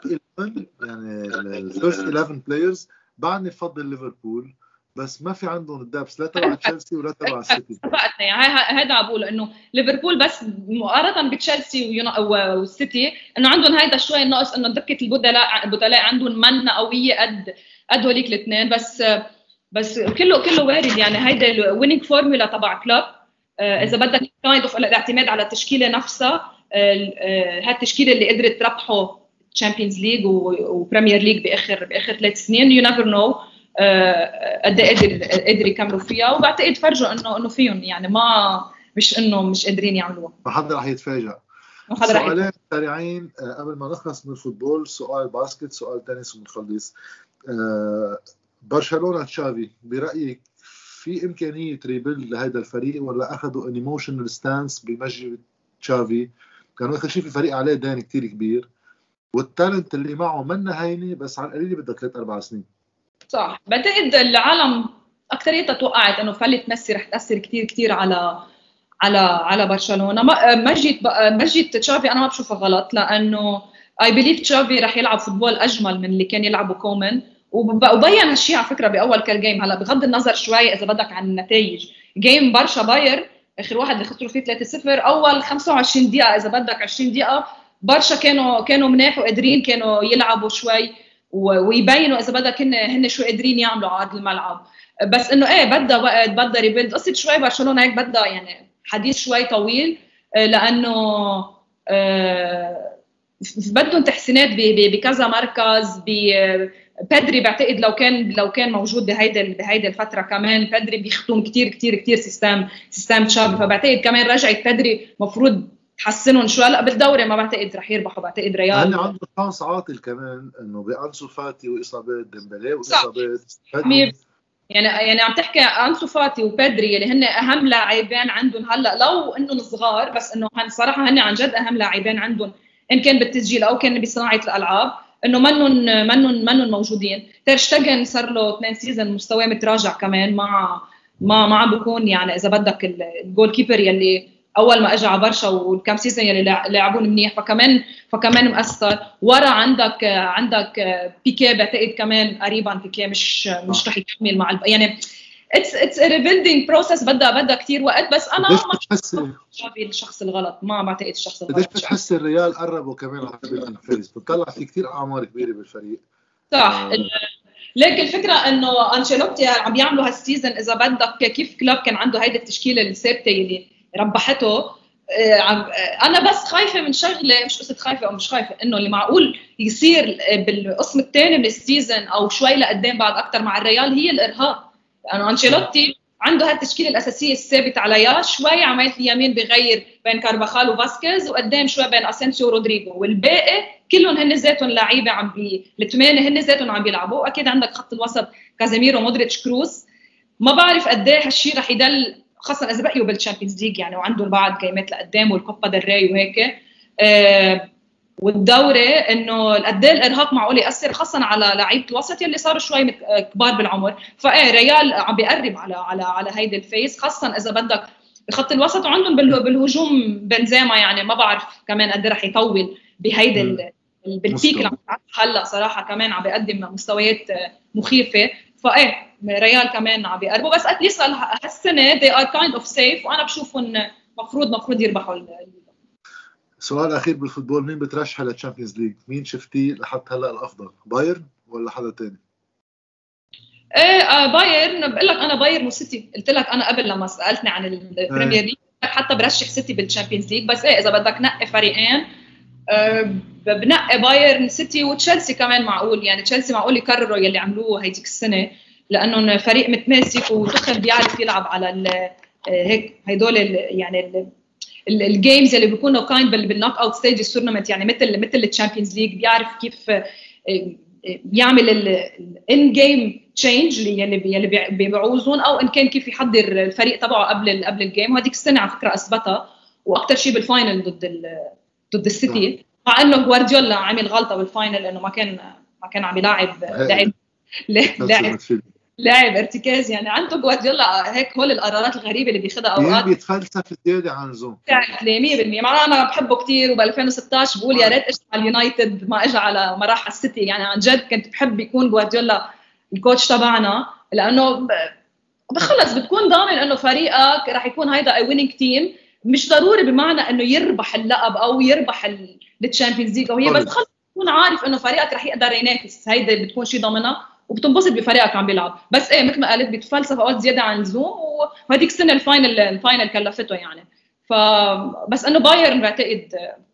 [SPEAKER 1] يعني الفيرست إحدى عشر بلايرز بعدني بفضل ليفربول، بس ما في عندهم الدبس لا تبع تشيلسي ولا تبع السيتي.
[SPEAKER 2] اتفقنا يعني هذا عم بقول انه ليفربول بس مقارنه بتشيلسي والسيتي انه عندهم هيدا شوي ناقص، انه دكه البدلاء البدلاء عندهم منه قويه قد قد هوليك الاثنين، بس بس كله كله وارد يعني. هيدا الويننج فورمولا تبع كلوب، اذا بدك كايند اوف الاعتماد على التشكيله نفسها، هاي التشكيله اللي قدرت تربحوا تشامبيونز ليج وبريمير ليج باخر باخر ثلاث سنين، يو نيفر نو قد ايه قدر قدر يكملوا فيها، وبعتقد فرجوا انه انه فيهم يعني، ما مش انه مش قادرين يعملوها.
[SPEAKER 1] ما حدا رح يتفاجئ. سؤالين سريعين قبل ما نخلص من الفوتبول، سؤال باسكت سؤال تنس ونخلص. أه برشلونه تشافي برايك في امكانيه ريبيلد لهذا الفريق، ولا اخذوا ان ايموشنال ستانس بمجي تشافي؟ كانوا اخر شيء في فريق عليه دين كتير كبير، والتالنت اللي معه منا هيني، بس على القليل بدها ثلاث اربع سنين.
[SPEAKER 2] صح، بعتقد العالم اكثريتها توقعت انه فلة ميسي رح تاثر كثير كثير على على على برشلونه. مجد مجد تشافي انا ما بشوفها غلط، لانه اي بليف تشافي رح يلعب فوتبول اجمل من اللي كان يلعبه كومان، وبين هالشيء على فكره باول كل جيم. هلا بغض النظر شوي اذا بدك عن النتائج، جيم برشا باير اخر واحد اللي خسروا فيه ثلاثة صفر، اول خمسة وعشرين دقيقه اذا بدك عشرين دقيقه برشا كانوا كانوا مناح وقادرين كانوا يلعبوا شوي ويبينوا اذا بدك هن هن شو قادرين يعملوا على ارض الملعب. بس انه ايه بدها وقت، بدها ريبيلد، قصه شوي برشلونه هيك بدها يعني حديث شوي طويل، لانه بدهم تحسينات بكذا مركز. بيدري بعتقد لو كان لو كان موجود بهيدا بهيدا الفتره كمان، بيدري بيخدم كثير كثير كثير سيستم سيستم تشافي، فبعتقد كمان رجعت بيدري مفروض تحسنهم شوي. هلا بالدوري ما بعتقد رح يربحوا، بعتقد ريال
[SPEAKER 1] هلا عنده شانس عاطل كمان انه بأنسو فاتي واصابات ديمبلي واصابات
[SPEAKER 2] يعني يعني عم تحكي أنسو فاتي وبيدري اللي هن اهم لاعبين عندهم هلا، لو انهم صغار، بس انه هن صراحه هن عن جد اهم لاعبين عندهم، ان كان بالتسجيل او كان بصناعه الالعاب، انه منن منن منن موجودين. تير شتيجن صار له اثنين سيزون مستواه متراجع كمان، مع ما ما عم بكون يعني اذا بدك الجول كيبر يلي اول ما اجى على برشا والكم سيزون يلي لعبون منيح، فكمان فكمان مؤثر. ورا عندك عندك بيكي، بعتقد كمان قريبا بيكي مش مش رح يكمل مع الب... يعني اتس اتس ريبيلدينج بروسس، بدها بدها كثير وقت. بس انا ما شايف الشخص الغلط، ما بعتقد الشخص الغلط.
[SPEAKER 1] قديش بتحس الريال قربوا كمان على الفيز؟ بتطلع في كثير اعمار كبيره بالفريق.
[SPEAKER 2] صح. آه. لكن الفكره انه انشيلوتي عم بيعملوا هالسيزون اذا بدك كيف كلوب كان عنده هيدي التشكيله الثابته اللي ربحته. انا بس خايفه من شغله، مش قصه خايفه او مش خايفه، انه اللي معقول يصير بالقسم الثاني من السيزون او شوي لقدام بعد اكثر مع الريال هي الارهاق. لانه انشيلوتي عنده هالتشكيله الاساسيه الثابته عليها، شوي عمليه اليمين بغير بين كارفاخال وفاسكيز، وقدام شوي بين اسينسيو ورودريجو، والباقي كلهم هن ذاتهم لعيبه عم بي الثمانيه هن ذاتهم عم بيلعبوا. واكيد عندك خط الوسط كازيميرو مودريتش كروس، ما بعرف قد ايه هالشيء رح يدل، خاصه اذا بقيوا بالتشامبيونز ليج يعني، وعندهم بعد جيمات لقدام والكوبا ديل ري وهيك. أه والدوري انه قد ايه الارهاق معقول ياثر خاصه على لعيبه الوسط اللي صاروا شوي كبار بالعمر. فايه ريال عم بيقرب على على على هيدي الفيس، خاصه اذا بدك بخط الوسط، وعندهم بالهجوم بنزيما، يعني ما بعرف كمان قد رح يطول بهيدي بالبيك اللي عم هلا صراحه، كمان عم بيقدم مستويات مخيفه. فايه ريال كمان عم بيقربوا، بس اتليست هالسنه they are kind of safe، وانا بشوفهم مفروض مفروض يربحوا.
[SPEAKER 1] سؤال اخير بالفوتبول، مين بترشح للتشامبيونز ليج؟ مين شفتيه لحد هلا الافضل، بايرن ولا حدا تاني؟
[SPEAKER 2] ايه آه بايرن. بقول لك انا بايرن وسيتي، قلت لك انا قبل لما سالتني عن البريمير ليج حتى برشح سيتي بالتشامبيونز ليج. بس ايه اذا بدك نقي فريقين أه بنقي بايرن سيتي، وتشيلسي كمان معقول، يعني تشيلسي معقول يكرروا يلي عملوه هيديك السنه، لانه فريق متماسك وتخل بيعرف يلعب على هيك هدول يعني الجيمز اللي بيكونوا كايند بالنوك اوت ستيج التورنمنت، يعني مثل مثل الشامبيونز ليج، بيعرف كيف يعمل الان جيم تشينج اللي اللي بيعوزون، او ان كان كيف يحضر الفريق تبعه قبل قبل الجيم. وهذيك السنه على فكره اثبتها، واكثر شيء بالفاينل ضد ضد السيتي، مع انه جوارديولا عمل غلطه بالفاينل انه ما كان ما كان عم يلاعب لاعب لاعب لاعب ارتكاز. يعني عنده جوارديولا هيك هول القرارات الغريبه اللي بياخذها اوقات
[SPEAKER 1] بيتفلسف زياده عن اللزوم.
[SPEAKER 2] مية بالمية. مع انا بحبه كثير، وب ألفين وستة عشر بقول يا ريت اجى على اليونايتد ما اجى على ما راح على السيتي. يعني عن جد كنت بحب يكون جوارديولا الكوتش تبعنا، لانه بخلص بتكون ضامن انه فريقك راح يكون هيدا اي ويننج تيم. مش ضروري بمعنى انه يربح اللقب او يربح التشامبيونز ليج او هي، بس خلص تكون عارف انه فريقك راح يقدر ينافس. هيدا بتكون شيء ضامنها، وبتنبسط بفريقك عم بيلعب. بس ايه مثل ما قلت بيتفلسف اوقات زياده عن اللزوم، وهذيك السنه الفاينل الفاينل كلفته يعني. ف بس انه بايرن بعتقد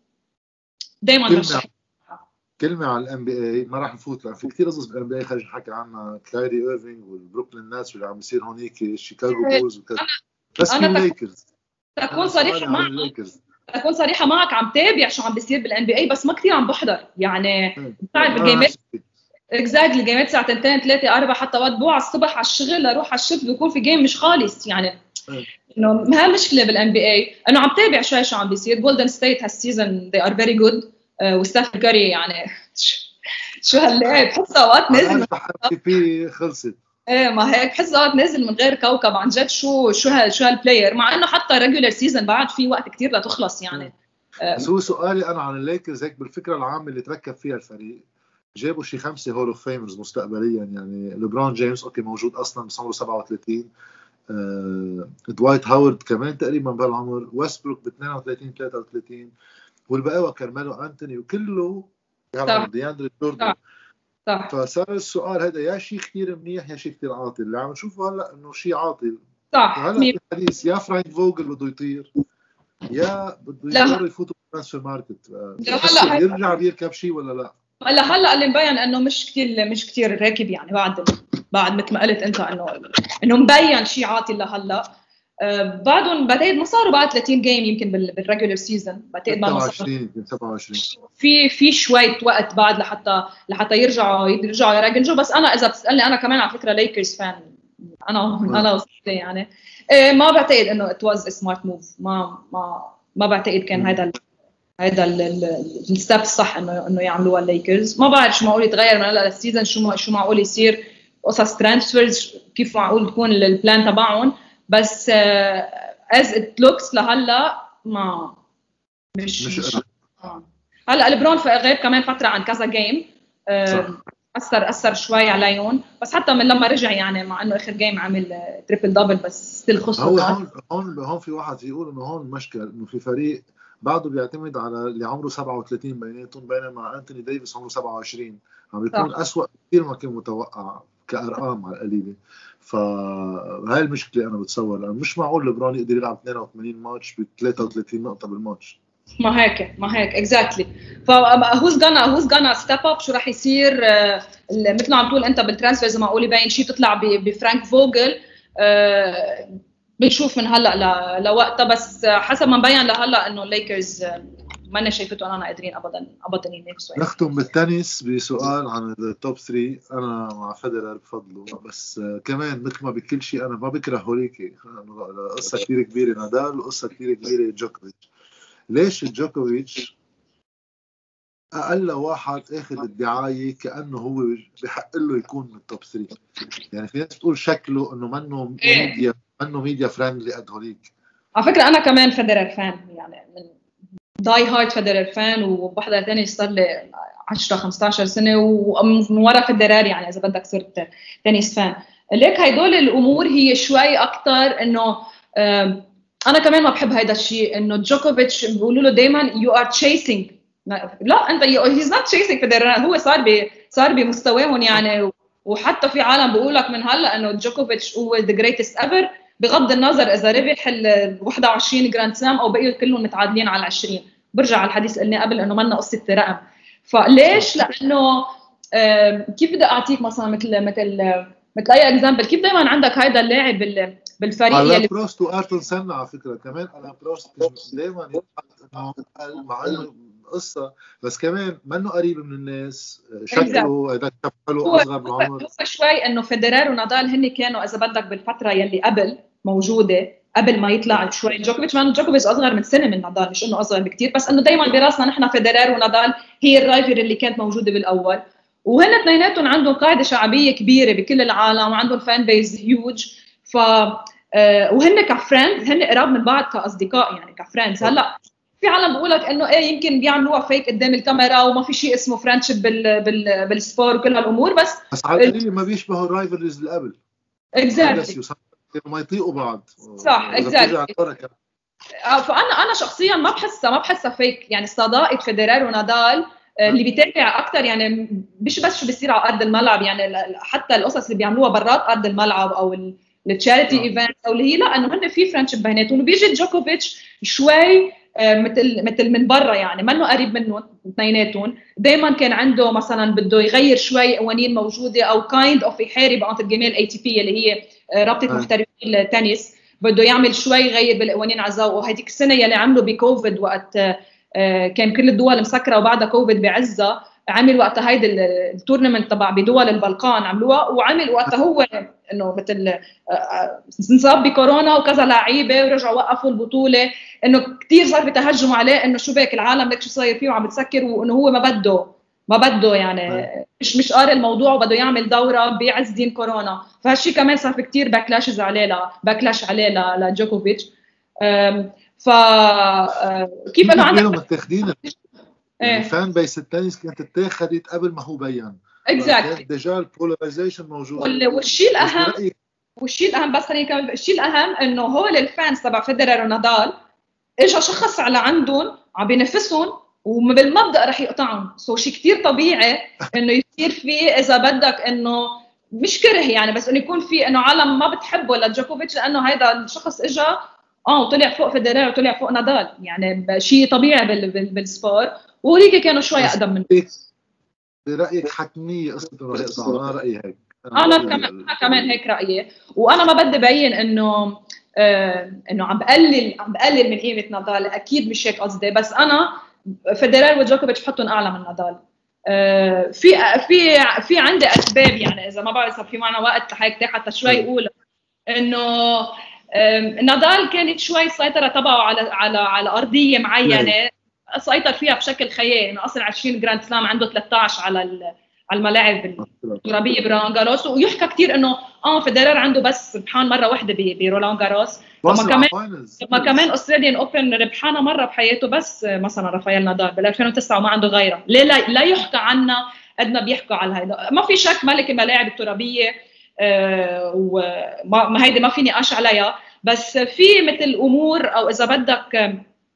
[SPEAKER 2] دائما
[SPEAKER 1] كلمه كلمه على الام بي اي ما راح نفوت، لان في كثير قصص بالان بي اي خارج نحكي عنها، كلايري ايرفينج والبروكلين نتس واللي عم بيصير هونيك شيكاغو بولز وكذا. بس في الليكرز
[SPEAKER 2] تكون صريحه معك اكون صريحه معك عم تابع شو عم بيصير بالان بي اي، بس ما كثير عم بحضر. يعني بتعرف الجيمات اكزاكتلي الجيمات الساعه اثنتين ثلاثة أربعة، حتى وقت بوع الصبح على الشغل اروح على الشفت بيكون في جيم مش خالص. يعني انه ما مشكله بالان بي اي انه عم تابع شوي شو عم بيصير. جولدن ستيت هالسيزون they are very good، وستاف كاري يعني شو هاللاعب بحس اوقات نازل
[SPEAKER 1] في خلصت.
[SPEAKER 2] ايه ما هيك بحس اوقات نازل من غير كوكب عن جد. شو شو هال شو هالبلاير، مع انه حتى ريجولر سيزون بعد في وقت كتير لتخلص يعني.
[SPEAKER 1] بس هو سؤالي انا عن الليكرز هيك بالفكره العامه اللي تركب فيها الفريق، جابوا شي خمسه هول اوف فيمرز مستقبليا. يعني ليبرون جيمس اوكي موجود اصلا بس عمره سبعة وثلاثين، آه، دوايت هاورد كمان تقريبا بهالعمر، ويستبروك ب اثنين وثلاثين ثلاثة وثلاثين، والبقاوى كارميلو انتوني وكله بهالعمر، دياندري جوردن. صح. فصار السؤال هذا يا شيء كثير منيح يا شيء كثير عاطل. اللي عم نشوفه هلا انه شيء عاطل.
[SPEAKER 2] صح.
[SPEAKER 1] هلا الحديث يا فرانك فوغل بده يطير يا بده يضطر يفوتوا بالترانسفير ماركت. هلا يرجع بيركب شيء ولا لا؟
[SPEAKER 2] هلا هلا اللي مبين انه مش كثير مش كثير راكب. يعني بعد بعد مثل ما قلت انت انه انه مبين شيء عاطل لهلا. أه بعدهم بعتقد ما صاروا بعد ثلاثين جيم يمكن بالريجولر سيزون. بعتقد ما
[SPEAKER 1] صاروا يمكن سبعة وعشرين.
[SPEAKER 2] في في شويه وقت بعد لحتى لحتى يرجعوا يرجعوا يرجعوا. بس انا اذا بتسالني انا كمان على فكره ليكرز فان. انا انا وصلت يعني إيه ما بعتقد انه ات واز سمارت موف. ما ما ما بعتقد كان هذا هذا الستيب الصح انه انه يعملوها الليكرز. ما بعرف شو معقول يتغير من هلا للسيزون، شو شو معقول يصير قصص ترانسفيرز، كيف معقول تكون البلان تبعهم. بس از ات لوكس لهلا ما مش, مش آه. هلا ليبرون غيب كمان فتره عن كذا جيم، اثر اثر شوي عليهم. بس حتى من لما رجع يعني مع انه اخر جيم عمل تريبل دبل بس ستيل خسروا.
[SPEAKER 1] هو هون هون هون في واحد يقول انه هون مشكله انه في فريق بعده بيعتمد على اللي عمره سبعة وثلاثين بيناتهم، بينما أنتوني ديفيس عمره سبعة وعشرين عم بيكون أسوأ كثير ما كان متوقع كأرقام على القليلة. فهاي المشكلة أنا بتصور، لأن مش معقول ليبرون يقدر يلعب اثنين وثمانين ماتش ب ثلاثة وثلاثين نقطة بالماتش.
[SPEAKER 2] ما هيك ما هيك اكزاكتلي. فهوز غانا هوز غانا ستيب اب. شو راح يصير مثل ما عم تقول انت بالترانسفيرز، معقول يبين شيء تطلع بفرانك فوغل. أه بنشوف من هلا لوقتها. بس حسب ما مبين لهلا انه الليكرز ما انا شايفته انا قادرين ابدا ابدا ينافسوا.
[SPEAKER 1] نختم بالتنس بسؤال عن التوب ثلاثة. انا مع فيدرر بفضله، بس كمان مثل ما بكل شيء انا ما بكره هوريكي. قصه كثير كبيره نادال وقصه كثير كبيره جوكوفيتش. ليش جوكوفيتش اقل واحد اخذ الدعايه كانه هو بحق له يكون من التوب ثلاثة؟ يعني في ناس بتقول شكله انه منه ميديا منه ميديا فريندلي قد هوليك.
[SPEAKER 2] على فكره انا كمان فيدرر فان، يعني من داي هارد فيدرر فان، وبحضر تاني صار لي عشرة خمسة عشر سنه ومن ورا فيدرر. يعني اذا بدك صرت تنس فان. ليك هدول الامور هي شوي اكثر انه انا كمان ما بحب هيدا الشيء انه جوكوفيتش بيقولوا له دائما يو ار تشيسينج. لا انت هيز نوت تشيسينج فيدرر، هو صار ب صار بمستواهم يعني. وحتى في عالم بيقول لك من هلا انه جوكوفيتش هو ذا جريتست ايفر، بغض النظر اذا ربح ال واحد وعشرين جراند سلام او بقيوا كلهم متعادلين على عشرين. برجع على الحديث اللي قبل انه ما لنا قصه رقم. فليش؟ لانه كيف بدي اعطيك مثلا مثل مثل مثل اي اكزامبل، كيف دائما عندك هيدا اللاعب بالفريق
[SPEAKER 1] اللي على بروست وارتون سنة على فكره كمان. على بروست دائما مع انه قصة، بس كمان منه قريب من الناس، شكله هذا حلو أصغر بالعمر.
[SPEAKER 2] هو شوي إنه فيدرر ونادال هن كانوا إذا بدك بالفترة يلي قبل موجودة قبل ما يطلع شوي جوكوفيتش. ما جوكوفيتش أصغر من سنة من نادال، مش إنه أصغر بكتير، بس إنه دايما براسنا نحن فيدرر ونادال هي الرايفل اللي كانت موجودة بالأول. وهن اثنيناتهم عندهم قاعدة شعبية كبيرة بكل العالم وعندهم فان بيز هيوج. ف أه وهن كفريندز هن قراب من بعض كأصدقاء يعني كفريندز. هلا في عالم بقولك انه ايه يمكن بيعملوها فيك قدام الكاميرا وما في شيء اسمه فريندشيب بال بال بالسبور وكل هالامور، بس
[SPEAKER 1] بس على القليل ما بيشبهوا الرايفلز اللي قبل.
[SPEAKER 2] اكزاكتلي
[SPEAKER 1] ما يطيقوا بعض.
[SPEAKER 2] صح اكزاكتلي. فانا انا شخصيا ما بحسها ما بحسها فيك يعني. صداقه فيدرر ونادال اللي بيتابع اكثر يعني مش بس شو بيصير على ارض الملعب، يعني حتى القصص اللي بيعملوها برات ارض الملعب او التشاريتي ايفنت او اللي هي، لا انه هن في فريندشيب بيناتهم. وبيجي جوكوفيتش شوي مثل مثل من برا يعني منه قريب منهم اثنيناتهم. دائما كان عنده مثلا بده يغير شوي قوانين موجوده او كايند اوف يحارب انت الجميع اي تي بي اللي هي رابطه محترفين التنس، بده يعمل شوي يغير بالقوانين على ذوقه. وهذيك السنه يلي عملوا بكوفيد وقت كان كل الدول مسكره وبعدها كوفيد بعزها، عمل وقتها هيدي التورنمنت تبع بدول البلقان عملوها، وعمل وقتها هو انه مثل انصاب بكورونا وكذا لعيبه ورجعوا وقفوا البطوله. انه كثير صار بتهجم عليه انه شو بك العالم لك شو صاير فيه وعم بتسكر، وانه هو ما بده ما بده يعني مش مش قاري الموضوع وبده يعمل دوره بعز دين كورونا. فهالشيء كمان صار في كثير باكلاشز عليه لا باكلاش عليه لجوكوفيتش. ف كيف انه عندك
[SPEAKER 1] متاخدين الفان بيس التنس كانت اتاخدت قبل ما هو بين
[SPEAKER 2] اكزاكتلي
[SPEAKER 1] ديجا البولاريزيشن موجود.
[SPEAKER 2] والشيء الاهم والشيء الاهم بس خليني كمان الشيء الاهم انه هو الفانز تبع فيدرر ونادال اجى شخص على عندهم عم بينافسهم وبالمبدا رح يقطعهم. سو شيء كثير طبيعي انه يصير فيه اذا بدك انه مش كره يعني، بس انه يكون في انه عالم ما بتحبه لجوكوفيتش لانه هيدا الشخص اجى اه وطلع فوق فيدرر وطلع فوق نادال، يعني شيء طبيعي بال بالسبور. وهوليك كانوا شوي اقدم منه.
[SPEAKER 1] برايك حتميه قصه انه يقطع؟ انا رايي هيك.
[SPEAKER 2] انا, أنا كمان انا كمان هيك رايي. وانا ما بدي ابين انه آه انه عم بقلل عم بقلل من قيمه نادال، اكيد مش هيك قصدي، بس انا فيدرر وجوكوفيتش بحطهم اعلى من نادال. آه في في في عندي اسباب يعني، اذا ما بعرف في معنا وقت لحياتي حتى شوي اقول انه نادال كانت شوي السيطره تبعه على على على ارضيه معينه سيطر فيها بشكل خيالي. انه اصلا عشرين جراند سلام عنده ثلاثة عشر على على الملاعب الترابيه برولان جاروس. ويحكى كثير انه اه فيدرر عنده بس ربحان مره واحده برولان جاروس، وما كمان ما كمان استراليان اوبن ربحانه مره بحياته بس مثلا رافائيل نادال بال ألفين وتسعة وما عنده غيرها. ليه لا, لا يحكى عنها قد ما بيحكوا على هيدا. ما في شك ملك الملاعب الترابيه آه وما ما هيدي ما في نقاش عليها، بس في مثل امور او اذا بدك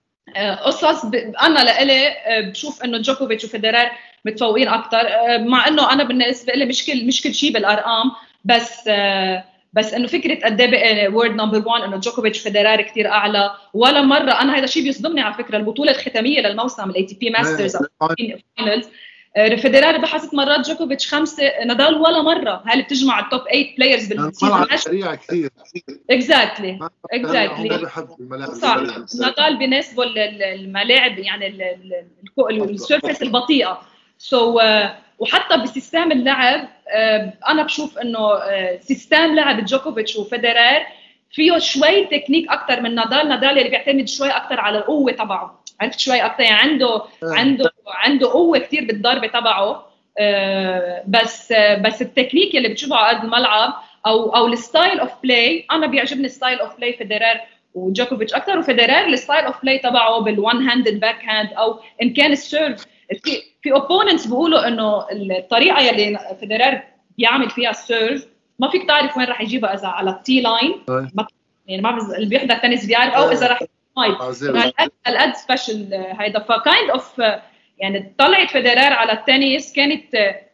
[SPEAKER 2] قصص انا لإلي بشوف انه جوكوفيتش وفيدرر متفوقين اكثر. مع انه انا بالنسبه لي مش كل مش كل شيء بالارقام، بس بس انه فكره قد ايه وورد نمبر واحد انه جوكوفيتش وفيدرر كثير اعلى. ولا مره انا هذا الشيء بيصدمني على فكره. البطوله الختاميه للموسم الاي تي بي ماسترز فاينلز فيدرر بحثت مرات جوكوفيتش خمسه، نادال ولا مره. هاي اللي بتجمع التوب ثمانية بلايرز بالسيزون
[SPEAKER 1] سريعه كثير.
[SPEAKER 2] اكزاكتلي اكزاكتلي صح.
[SPEAKER 1] صح.
[SPEAKER 2] نادال بيناسبه الملاعب يعني السيرفيس البطيئه. سو so, uh, وحتى بسيستم اللعب uh, انا بشوف انه uh, سيستم لعب جوكوفيتش وفيدرر فيه شوي تكنيك اكثر من نادال. نادال اللي بيعتمد شوي اكثر على القوه تبعه، عرفت شوي اكثر يعني عنده عنده عنده قوه كثير بالضربه تبعه. uh, بس uh, بس التكنيك اللي بتشوفه على ارض الملعب او او الستايل اوف بلاي، انا بيعجبني ستايل اوف بلاي فيدرر وجوكوفيتش اكثر. وفيدرر الستايل اوف بلاي تبعه بالوان هاندد باك هاند او ان كان السيرف. في في اوبوننتس بيقولوا انه الطريقه يلي فيدرر بيعمل فيها السيرف ما فيك تعرف وين راح يجيبها، اذا على التي لاين يعني ما بز... اللي بيحضر تنس بيعرف، او اذا راح هالقد سبيشل هيدا. فكايند اوف يعني طلعت فيدرر على التنس كانت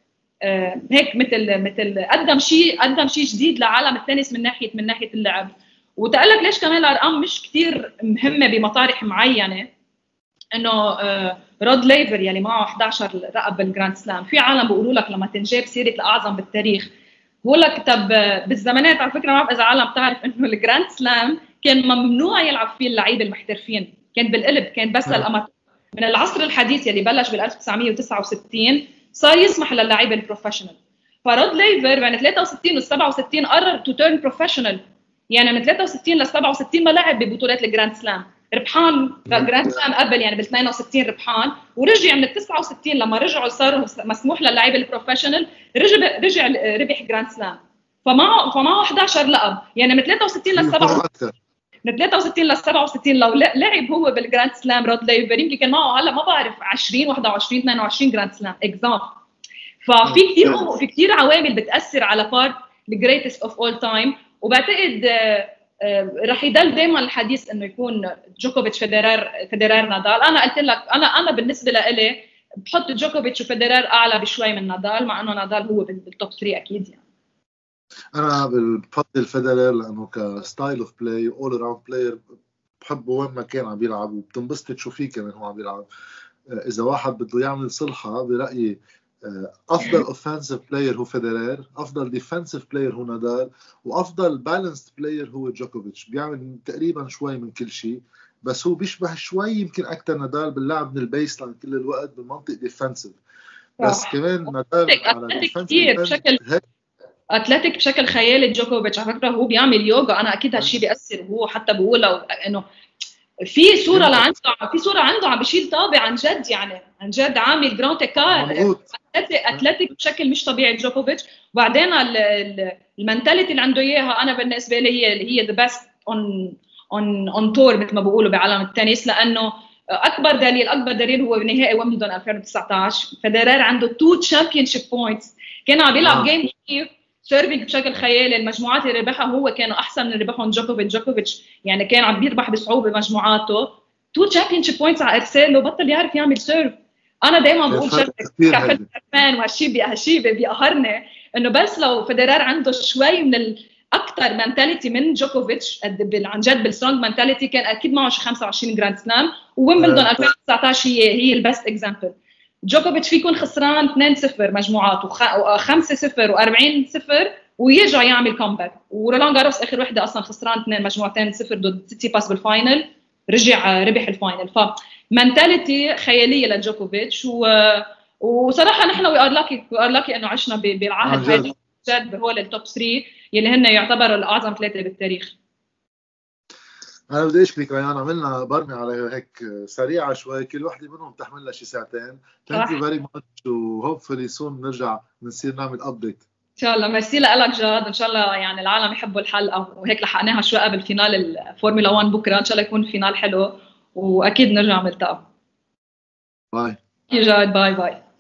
[SPEAKER 2] آه هيك مثل مثل قدم شيء قدم شيء جديد لعالم التنس من ناحيه من ناحيه اللعب. وتقلك ليش كمان الارقام مش كثير مهمه بمطارح معينه. انه آه رود ليفر يلي معه إحدى عشر رقب بالجراند سلام. في عالم بيقولوا لك لما تنجاب سيره الاعظم بالتاريخ بقول لك طب بالزمانات على فكره ما بعرف اذا عالم تعرف انه الجراند سلام كان ممنوع يلعب فيه اللعيبه المحترفين، كان بالقلب كان بس للاماتور. من العصر الحديث يلي بلش بال ألف وتسعمية وتسعة وستين صار يسمح للاعيبه البروفيشنال. فرود ليفر بين ثلاثة وستين و سبعة وستين قرر تو تيرن بروفيشنال، يعني من ثلاثة وستين ل سبعة وستين ما لعب ببطولات الجراند سلام، ربحان الجراند سلام قبل يعني بال اثنين وستين ربحان، ورجع من ال تسعة وستين لما رجعوا صاروا مسموح للاعيبه البروفيشنال رجع رجع ربح جراند سلام، فمعه فمعه إحدى عشر لقب، يعني من ثلاثة وستين ل سبعة وستين من ثلاثة وستين ل سبعة وستين لو لعب هو بالجراند سلام رود ليفر يمكن كان معه هلا ما بعرف عشرين واحد وعشرين اثنين وعشرين جراند سلام اكزامبل. ففي كثير في كثير عوامل بتاثر على بارت الجريتست اوف اول تايم، وبعتقد رح يضل دائما الحديث انه يكون جوكوفيتش فيدرر فيدرر نادال. انا قلت لك انا انا بالنسبه لإلي بحط جوكوفيتش وفيدرر اعلى بشوي من نادال، مع انه نادال هو بالتوب ثلاثة اكيد. يعني
[SPEAKER 1] انا بفضل فيدرر لانه كستايل اوف بلاي اول اراوند بلاير بحبه وين ما كان عم بيلعب، وبتنبسط تشوفيه كمان هو عم بيلعب. اذا واحد بده يعمل صلحه برايي افضل اوفنسيف بلاير هو فيدرر، افضل ديفنسيف بلاير هو نادال، وافضل بالانسد بلاير هو جوكوفيتش. بيعمل تقريبا شوي من كل شيء، بس هو بيشبه شوي يمكن اكثر نادال باللعب من البيس لاين كل الوقت بالمنطق ديفنسيف، بس كمان نادال على
[SPEAKER 2] ديفنسيف بشكل اتلتيك بشكل خيالي. جوكوفيتش على فكره هو بيعمل يوغا، انا اكيد هالشيء بياثر، وهو حتى بقول انه في صوره لعنده في صوره عنده عم بيشيل طابع عن جد، يعني عن جد عامل جراند تكار اتلتيك بشكل مش طبيعي جوكوفيتش. وبعدين المنتاليتي اللي عنده اياها انا بالنسبه لي هي اللي هي ذا بيست اون اون اون تور مثل ما بيقولوا بعالم التنس، لانه اكبر دليل اكبر دليل هو بنهائي ويمبلدون ألفين وتسعة عشر فيدرر عنده تو تشامبيونشيب بوينتس، كان عم بيلعب جيم سيرفينج بشكل خيالي. المجموعات اللي ربحها هو كانوا احسن من اللي ربحهم جوكوفيتش. جوكوفيتش يعني كان عم بيربح بصعوبه مجموعاته، تو تشامبيونشيب بوينتس على ارسال وبطل يعرف يعمل سيرف. انا دايما بقول شغله كفل كمان، وهالشيء هالشيء بيقهرني انه بس لو فيدرر عنده شوي من اكثر منتاليتي من جوكوفيتش عن جد بالسترونج منتاليتي كان اكيد معه شي خمسة وعشرين جراند سلام، وويمبلدون ألفين وتسعة عشر هي هي البست اكزامبل. جوكوفيتش في يكون خسران اثنين صفر مجموعات وخمسة صفر وأربعين صفر ويرجع يعمل كومباك، ورولان جاروس اخر وحده اصلا خسران اثنين مجموعتين صفر ضد سيتسيباس بالفاينل، رجع ربح الفاينل. فمنتاليتي خياليه لجوكوفيتش، و... وصراحه نحن وي ار لاكي وي ار لاكي انه عشنا بالعهد هذا جد بهول التوب ثلاثة يلي هن يعتبروا الاعظم ثلاثه بالتاريخ.
[SPEAKER 1] انا بدي اشكرك ريان، عملنا برمي على هيك سريعه شوي، كل وحده منهم تحمل لها شي ساعتين. ثانك يو فيري ماتش، وهوبفلي سون نرجع بنصير نعمل ابديت
[SPEAKER 2] ان شاء الله. ميرسي لك جاد، ان شاء الله يعني العالم يحبوا الحلقه، وهيك لحقناها شوي قبل فينال الفورمولا واحد بكره، ان شاء الله يكون فينال حلو، واكيد نرجع نلتقى.
[SPEAKER 1] باي
[SPEAKER 2] جاد. باي باي.